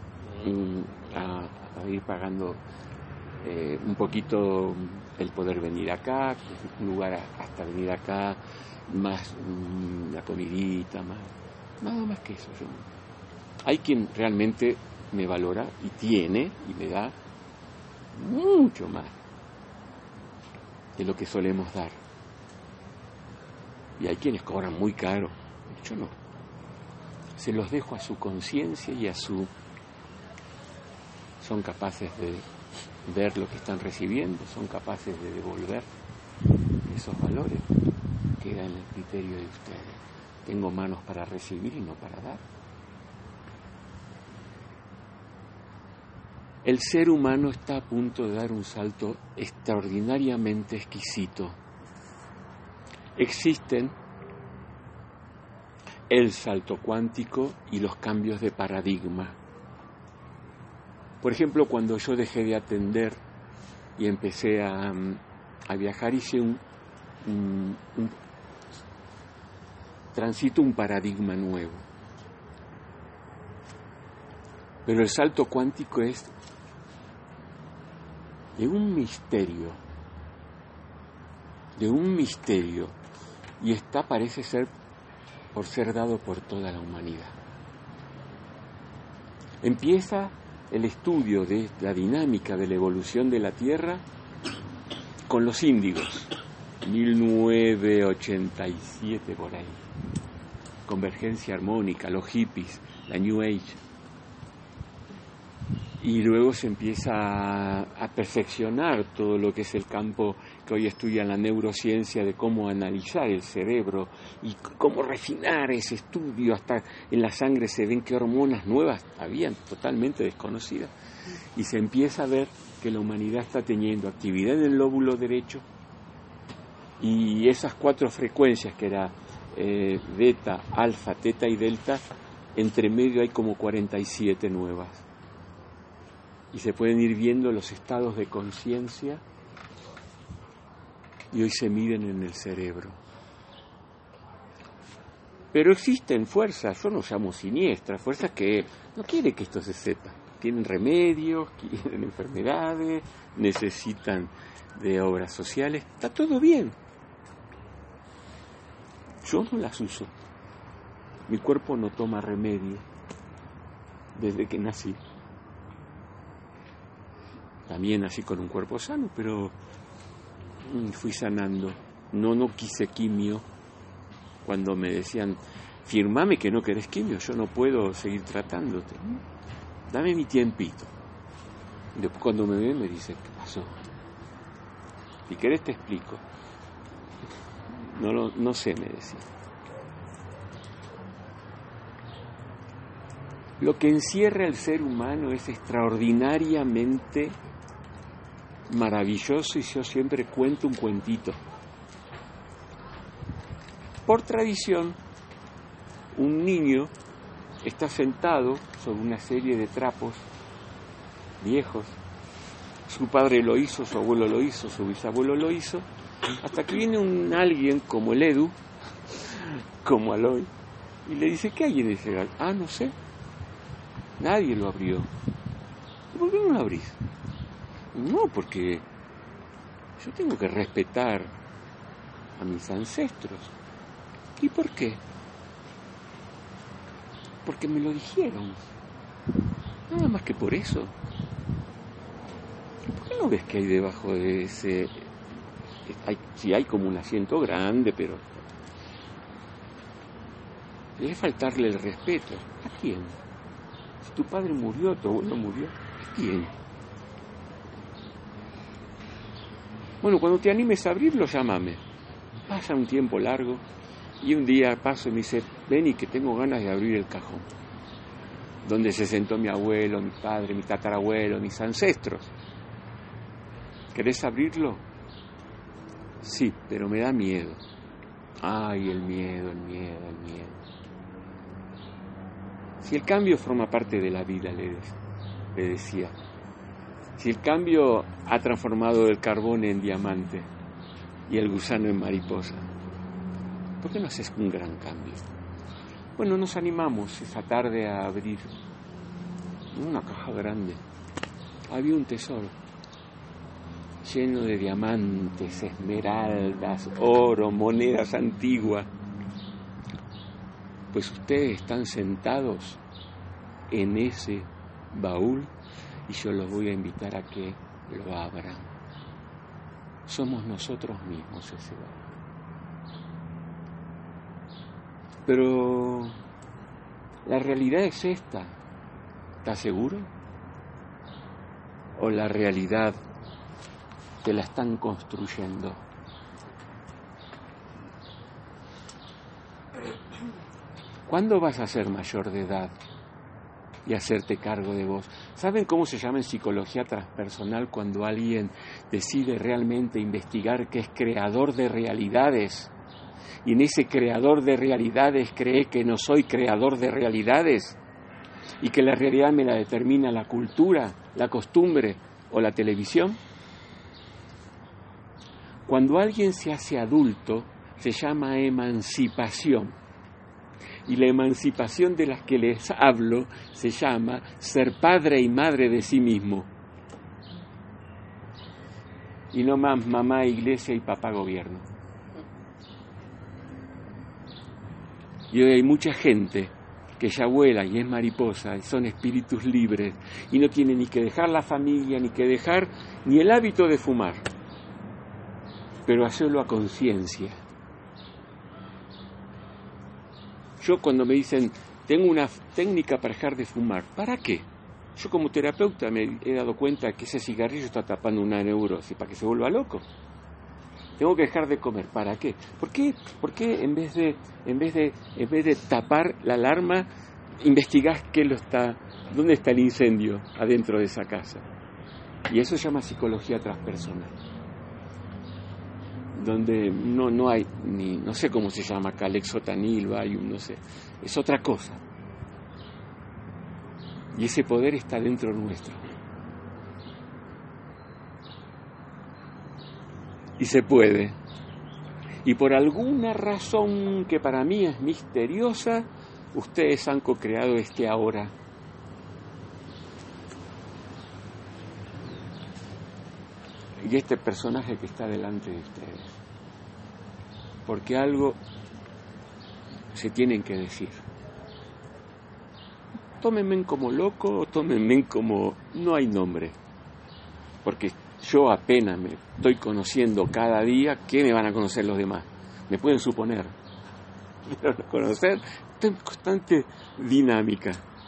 a a ir pagando eh, un poquito el poder venir acá, un lugar hasta venir acá, más mmm, la comidita, más, nada más que eso. Yo. Hay quien realmente me valora y tiene y me da mucho más de lo que solemos dar. Y hay quienes cobran muy caro, yo no. Se los dejo a su conciencia y a su... Son capaces de ver lo que están recibiendo, son capaces de devolver esos valores, queda en el criterio de ustedes. Tengo manos para recibir y no para dar. El ser humano está a punto de dar un salto extraordinariamente exquisito. Existen el salto cuántico y los cambios de paradigma. Por ejemplo, cuando yo dejé de atender y empecé a, a viajar, hice un, un, un transito un paradigma nuevo. Pero el salto cuántico es de un misterio, de un misterio, y está, parece ser, por ser dado por toda la humanidad. Empieza el estudio de la dinámica de la evolución de la Tierra con los índigos, mil novecientos ochenta y siete por ahí. Convergencia armónica, los hippies, la New Age. Y luego se empieza a, a perfeccionar todo lo que es el campo que hoy estudia la neurociencia de cómo analizar el cerebro y cómo refinar ese estudio. Hasta en la sangre se ven qué hormonas nuevas habían totalmente desconocidas. Y se empieza a ver que la humanidad está teniendo actividad en el lóbulo derecho y esas cuatro frecuencias que era eh, beta, alfa, teta y delta, entre medio hay como cuarenta y siete nuevas. Y se pueden ir viendo los estados de conciencia y hoy se miden en el cerebro. Pero existen fuerzas, yo no llamo siniestras, fuerzas que no quieren que esto se sepa. Tienen remedios, quieren enfermedades, necesitan de obras sociales. Está todo bien. Yo no las uso. Mi cuerpo no toma remedio desde que nací. También nací con un cuerpo sano, pero fui sanando. No, no quise quimio. Cuando me decían, firmame que no querés quimio, yo no puedo seguir tratándote. Dame mi tiempito. Y después cuando me ven me dice, ¿qué pasó? Si querés te explico. No, lo, no sé, me decía. Lo que encierra el ser humano es extraordinariamente maravilloso y yo siempre cuento un cuentito. Por tradición, un niño está sentado sobre una serie de trapos viejos. Su padre lo hizo, su abuelo lo hizo, su bisabuelo lo hizo, hasta que viene un alguien como el Edu, como Aloy, y le dice, ¿qué hay en ese gal? Ah, no sé. Nadie lo abrió. ¿Por qué no lo abrís? No, porque yo tengo que respetar a mis ancestros. ¿Y por qué? Porque me lo dijeron. Nada más que por eso. ¿Por qué no ves que hay debajo de ese? Hay, sí hay como un asiento grande, pero debe faltarle el respeto. ¿A quién? Si tu padre murió, tu abuelo murió, ¿a quién? Bueno, cuando te animes a abrirlo, llámame. Pasa un tiempo largo y un día paso y me dice, ven y que tengo ganas de abrir el cajón. Donde se sentó mi abuelo, mi padre, mi tatarabuelo, mis ancestros. ¿Querés abrirlo? Sí, pero me da miedo. Ay, el miedo, el miedo, el miedo. Si el cambio forma parte de la vida, le, le decía. Si el cambio ha transformado el carbón en diamante y el gusano en mariposa, ¿por qué no haces un gran cambio? Bueno, nos animamos esa tarde a abrir una caja grande. Había un tesoro lleno de diamantes, esmeraldas, oro, monedas antiguas. Pues ustedes están sentados en ese baúl y yo los voy a invitar a que lo abran. Somos nosotros mismos ese baúl. Pero la realidad es esta. ¿Estás seguro? ¿O la realidad te la están construyendo? ¿Cuándo vas a ser mayor de edad y hacerte cargo de vos? ¿Saben cómo se llama en psicología transpersonal cuando alguien decide realmente investigar que es creador de realidades? Y en ese creador de realidades cree que no soy creador de realidades y que la realidad me la determina la cultura, la costumbre o la televisión. Cuando alguien se hace adulto se llama emancipación. Y la emancipación de la que les hablo se llama ser padre y madre de sí mismo. Y no más mamá iglesia y papá gobierno. Y hoy hay mucha gente que ya vuela y es mariposa, y son espíritus libres, y no tienen ni que dejar la familia, ni que dejar ni el hábito de fumar, pero hacerlo a conciencia. Yo cuando me dicen, tengo una técnica para dejar de fumar, ¿para qué? Yo como terapeuta me he dado cuenta que ese cigarrillo está tapando una neurosis, para que se vuelva loco. Tengo que dejar de comer, ¿para qué? ¿Por qué, ¿Por qué en vez de, en vez de, en vez de tapar la alarma, investigás qué lo está, dónde está el incendio adentro de esa casa? Y eso se llama psicología transpersonal, donde no, no hay ni, no sé cómo se llama acá, lexotanil, Valium, no sé, es otra cosa. Y ese poder está dentro nuestro. Y se puede. Y por alguna razón que para mí es misteriosa, ustedes han co-creado este ahora. Y este personaje que está delante de ustedes. Porque algo se tienen que decir. Tómenme como loco o tómenme como... no hay nombre. Porque yo apenas me estoy conociendo cada día, ¿qué me van a conocer los demás? Me pueden suponer. Pero no conocer, estoy en constante dinámica.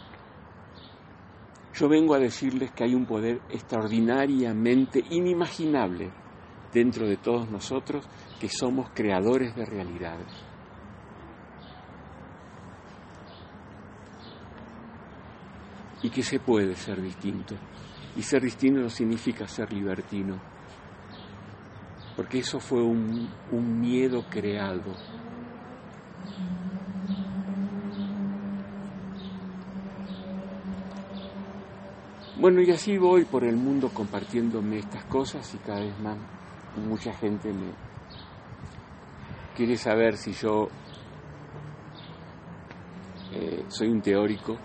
Yo vengo a decirles que hay un poder extraordinariamente inimaginable dentro de todos nosotros, que somos creadores de realidades. Y que se puede ser distinto. Y ser distinto no significa ser libertino. Porque eso fue un, un miedo creado. Bueno, y así voy por el mundo compartiéndome estas cosas y cada vez más mucha gente me quiere saber si yo eh, soy un teórico.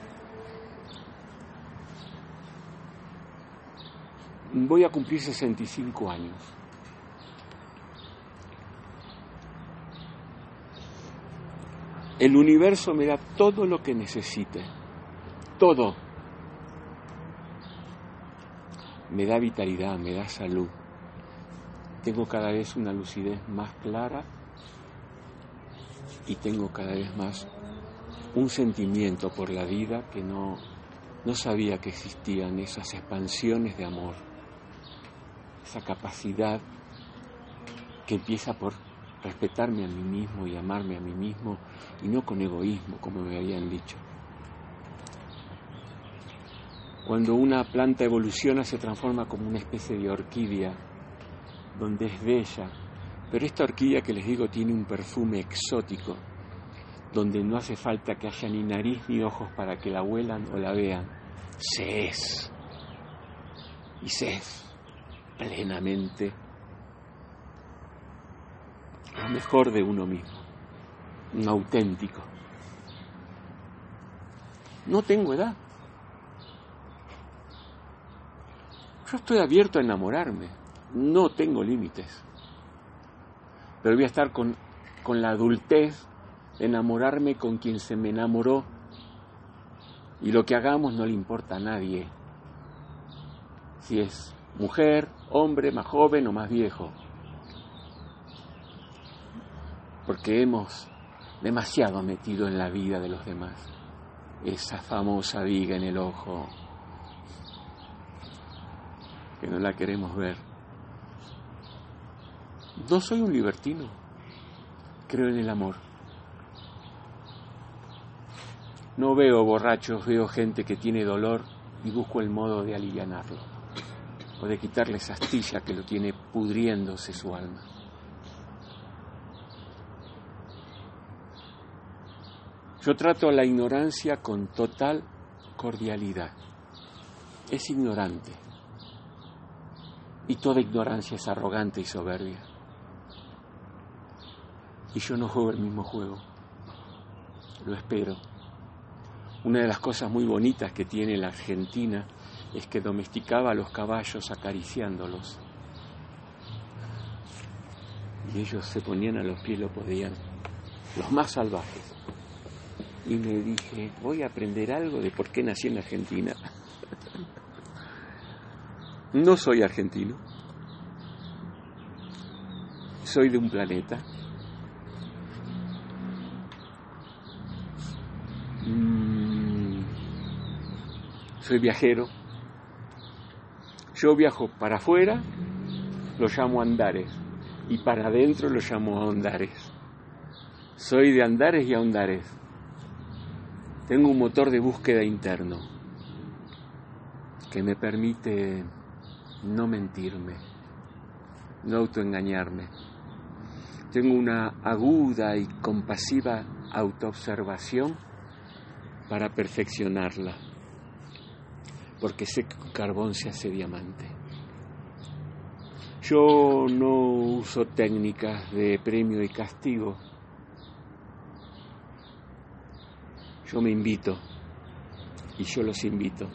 Voy a cumplir sesenta y cinco años. El universo me da todo lo que necesite. Todo. Me da vitalidad, me da salud. Tengo cada vez una lucidez más clara y tengo cada vez más un sentimiento por la vida que no, no sabía que existían, esas expansiones de amor. Esa capacidad que empieza por respetarme a mí mismo y amarme a mí mismo, y no con egoísmo, como me habían dicho. Cuando una planta evoluciona se transforma como una especie de orquídea, donde es bella, pero esta orquídea que les digo tiene un perfume exótico, donde no hace falta que haya ni nariz ni ojos para que la huelan o la vean. Se es, y se es plenamente lo mejor de uno mismo, un auténtico. No tengo edad. Yo estoy abierto a enamorarme, no tengo límites. Pero voy a estar con, con la adultez de enamorarme con quien se me enamoró, y lo que hagamos no le importa a nadie. Si es mujer, hombre, más joven o más viejo. Porque hemos demasiado metido en la vida de los demás. Esa famosa viga en el ojo, que no la queremos ver. No soy un libertino, creo en el amor. No veo borrachos, veo gente que tiene dolor y busco el modo de alivianarlo, o de quitarle esa astilla que lo tiene pudriéndose su alma. Yo trato a la ignorancia con total cordialidad. Es ignorante. Y toda ignorancia es arrogante y soberbia. Y yo no juego el mismo juego. Lo espero. Una de las cosas muy bonitas que tiene la Argentina es que domesticaba a los caballos acariciándolos. Y ellos se ponían a los pies, lo podían. Los más salvajes. y me dije, voy a aprender algo de por qué nací en Argentina. No soy argentino, soy de un planeta. Mm, soy viajero. Yo viajo para afuera, lo llamo andares, y para adentro lo llamo ahondares. Soy de andares y ahondares. Tengo un motor de búsqueda interno que me permite no mentirme, no autoengañarme. Tengo una aguda y compasiva autoobservación para perfeccionarla, porque sé que con carbón se hace diamante. Yo no uso técnicas de premio y castigo. Yo me invito y yo los invito.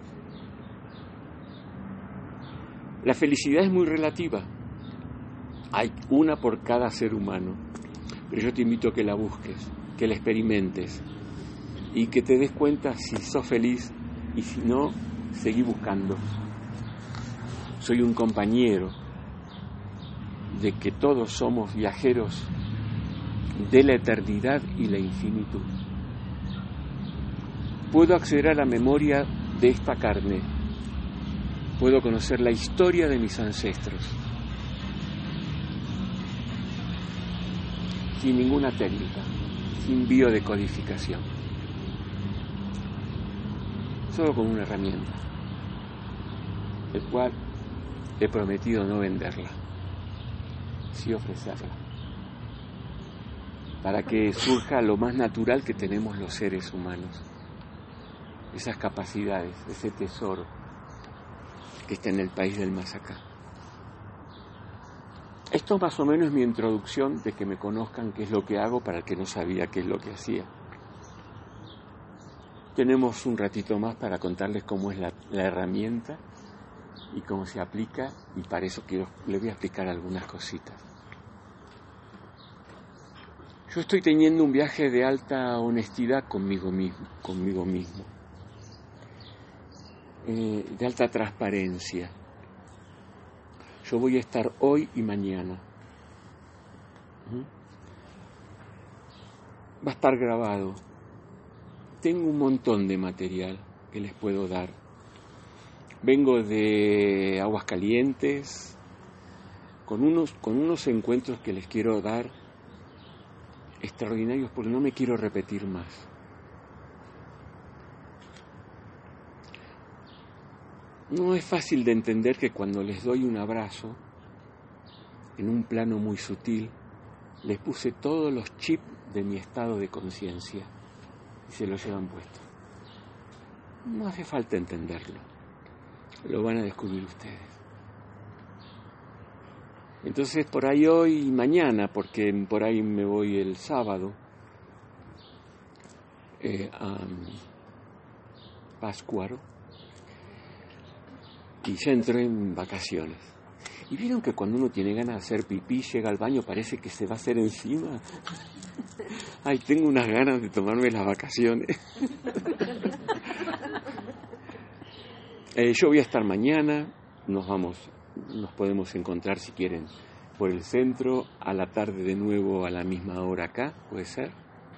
La felicidad es muy relativa. Hay una por cada ser humano. Pero yo te invito a que la busques, que la experimentes y que te des cuenta si sos feliz y si no, seguí buscando. Soy un compañero de que todos somos viajeros de la eternidad y la infinitud. Puedo acceder a la memoria de esta carne. Puedo conocer la historia de mis ancestros. Sin ninguna técnica, sin biodecodificación. Solo con una herramienta, el cual he prometido no venderla, sí ofrecerla, para que surja lo más natural que tenemos los seres humanos, esas capacidades, ese tesoro que está en el país del más acá. Esto más o menos es mi introducción de que me conozcan qué es lo que hago para el que no sabía qué es lo que hacía. Tenemos un ratito más para contarles cómo es la, la herramienta y cómo se aplica, y para eso quiero, les voy a explicar algunas cositas. Yo estoy teniendo un viaje de alta honestidad conmigo mismo, conmigo mismo, eh, de alta transparencia. Yo voy a estar hoy y mañana. ¿Mm? Va a estar grabado. Tengo un montón de material que les puedo dar. Vengo de Aguascalientes con unos, con unos encuentros que les quiero dar extraordinarios, porque no me quiero repetir más. No es fácil de entender que cuando les doy un abrazo, en un plano muy sutil, les puse todos los chips de mi estado de conciencia y se los llevan puesto. No hace falta entenderlo, lo van a descubrir ustedes. Entonces por ahí hoy y mañana, porque por ahí me voy el sábado eh, a Pátzcuaro, y ya entré en vacaciones. ¿Y vieron que cuando uno tiene ganas de hacer pipí, llega al baño, parece que se va a hacer encima? Ay, tengo unas ganas de tomarme las vacaciones. eh, yo voy a estar mañana, nos vamos, nos podemos encontrar si quieren por el centro, a la tarde de nuevo a la misma hora acá, puede ser.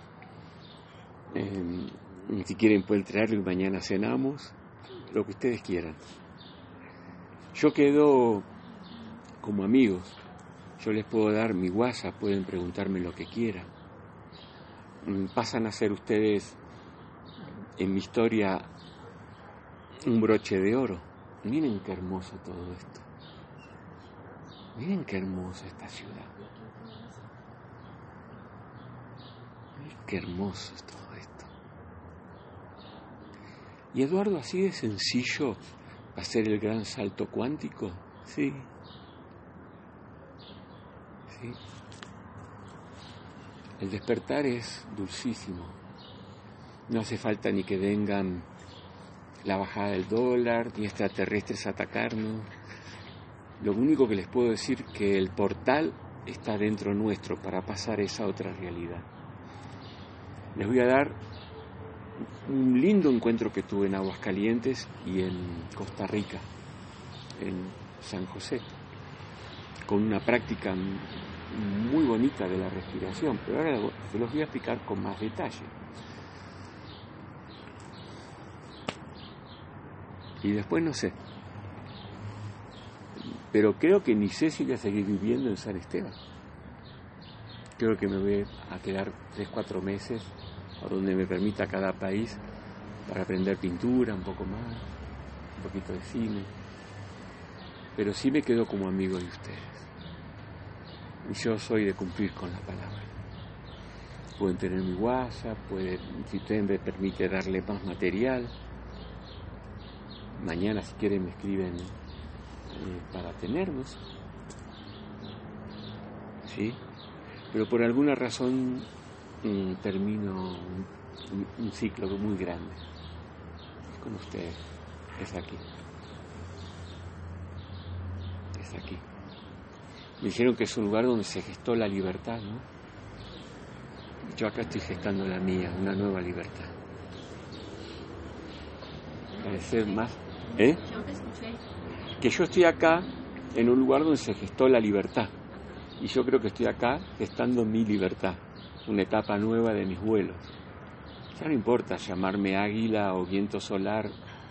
Eh, si quieren pueden traerlo y mañana cenamos, lo que ustedes quieran. Yo quedo como amigos, yo les puedo dar mi WhatsApp, pueden preguntarme lo que quieran. Pasan a ser ustedes en mi historia un broche de oro. Miren qué hermoso todo esto. Miren qué hermosa esta ciudad. Miren qué hermoso es todo esto. Y Eduardo, así de sencillo, ¿hacer el gran salto cuántico? Sí. Sí. El despertar es dulcísimo. No hace falta ni que vengan la bajada del dólar, ni extraterrestres a atacarnos. Lo único que les puedo decir es que el portal está dentro nuestro para pasar esa otra realidad. les voy a dar un lindo encuentro que tuve en Aguascalientes y en Costa Rica, en San José, con una práctica muy bonita de la respiración, pero ahora se los voy a explicar con más detalle. Y después no sé, pero creo que ni sé si voy a seguir viviendo en San Esteban. Creo que me voy a quedar tres, cuatro meses a donde me permita cada país para aprender pintura un poco más, un poquito de cine, pero sí me quedo como amigo de ustedes. Y yo soy de cumplir con la palabra. Pueden tener mi WhatsApp, pueden, si ustedes me permiten darle más material. Mañana si quieren me escriben eh, para tenernos. ¿Sí? Pero por alguna razón mm, termino un, un, un ciclo muy grande. Es con ustedes. Es aquí. Es aquí. Me dijeron que es un lugar donde se gestó la libertad, ¿no? Yo acá estoy gestando la mía, una nueva libertad. Parecer más... ¿Eh? Yo te escuché. Que yo estoy acá en un lugar donde se gestó la libertad. Y yo creo que estoy acá gestando mi libertad. Una etapa nueva de mis vuelos. Ya no importa llamarme águila o viento solar.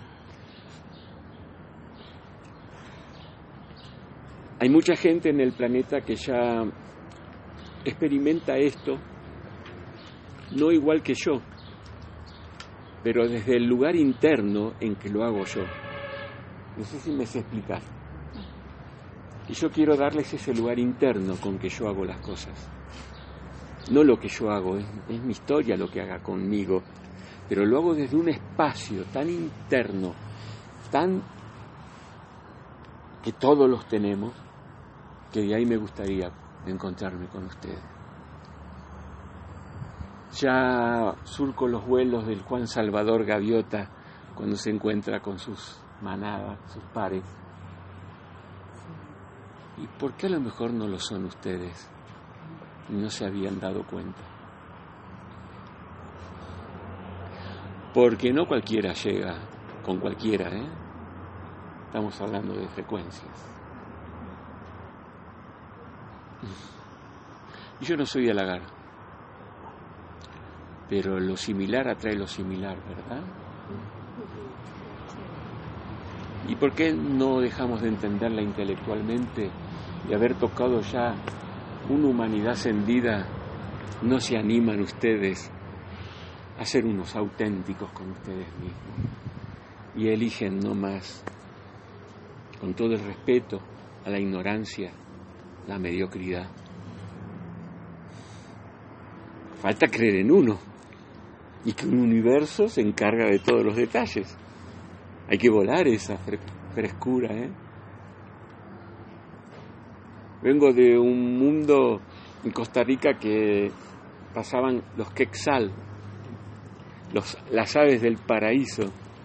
Hay mucha gente en el planeta que ya experimenta esto, no igual que yo, pero desde el lugar interno en que lo hago yo. No sé si me sé explicar. Y yo quiero darles ese lugar interno con que yo hago las cosas. No lo que yo hago, es, es mi historia lo que haga conmigo, pero lo hago desde un espacio tan interno, tan que todos los tenemos, que de ahí me gustaría encontrarme con ustedes. Ya surco los vuelos del Juan Salvador Gaviota cuando se encuentra con sus manadas, sus pares. ¿Y por qué a lo mejor no lo son ustedes? Y no se habían dado cuenta. Porque no cualquiera llega con cualquiera, ¿eh? Estamos hablando de frecuencias. Y yo no soy de halagar, pero lo similar atrae lo similar, ¿verdad? ¿Y por qué no dejamos de entenderla intelectualmente y haber tocado ya una humanidad ascendida? No se animan ustedes a ser unos auténticos con ustedes mismos y eligen no más, con todo el respeto a la ignorancia, la mediocridad. Falta creer en uno y que un universo se encarga de todos los detalles. Hay que volar esa frescura, ¿eh? Vengo de un mundo en Costa Rica que pasaban los quetzal, los, las aves del paraíso,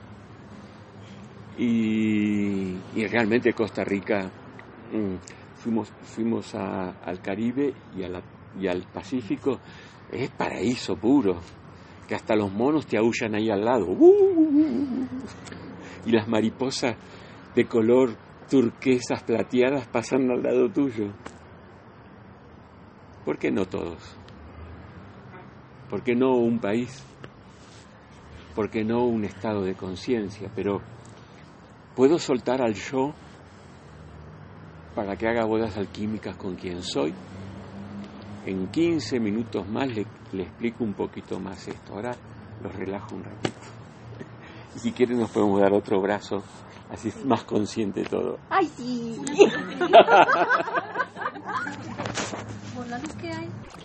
y, y realmente Costa Rica, mmm, fuimos, fuimos a, al Caribe y, a la, y al Pacífico, es paraíso puro, que hasta los monos te aúllan ahí al lado, ¡uh! Y las mariposas de color turquesas plateadas pasando al lado tuyo. ¿Por qué no todos? ¿Por qué no un país? ¿Por qué no un estado de conciencia? Pero ¿puedo soltar al yo para que haga bodas alquímicas con quien soy? En quince minutos más le, le explico un poquito más esto. Ahora los relajo un ratito. Y si quieren nos podemos dar otro brazo, así es más consciente todo. ¡Ay, sí! Por la luz que hay.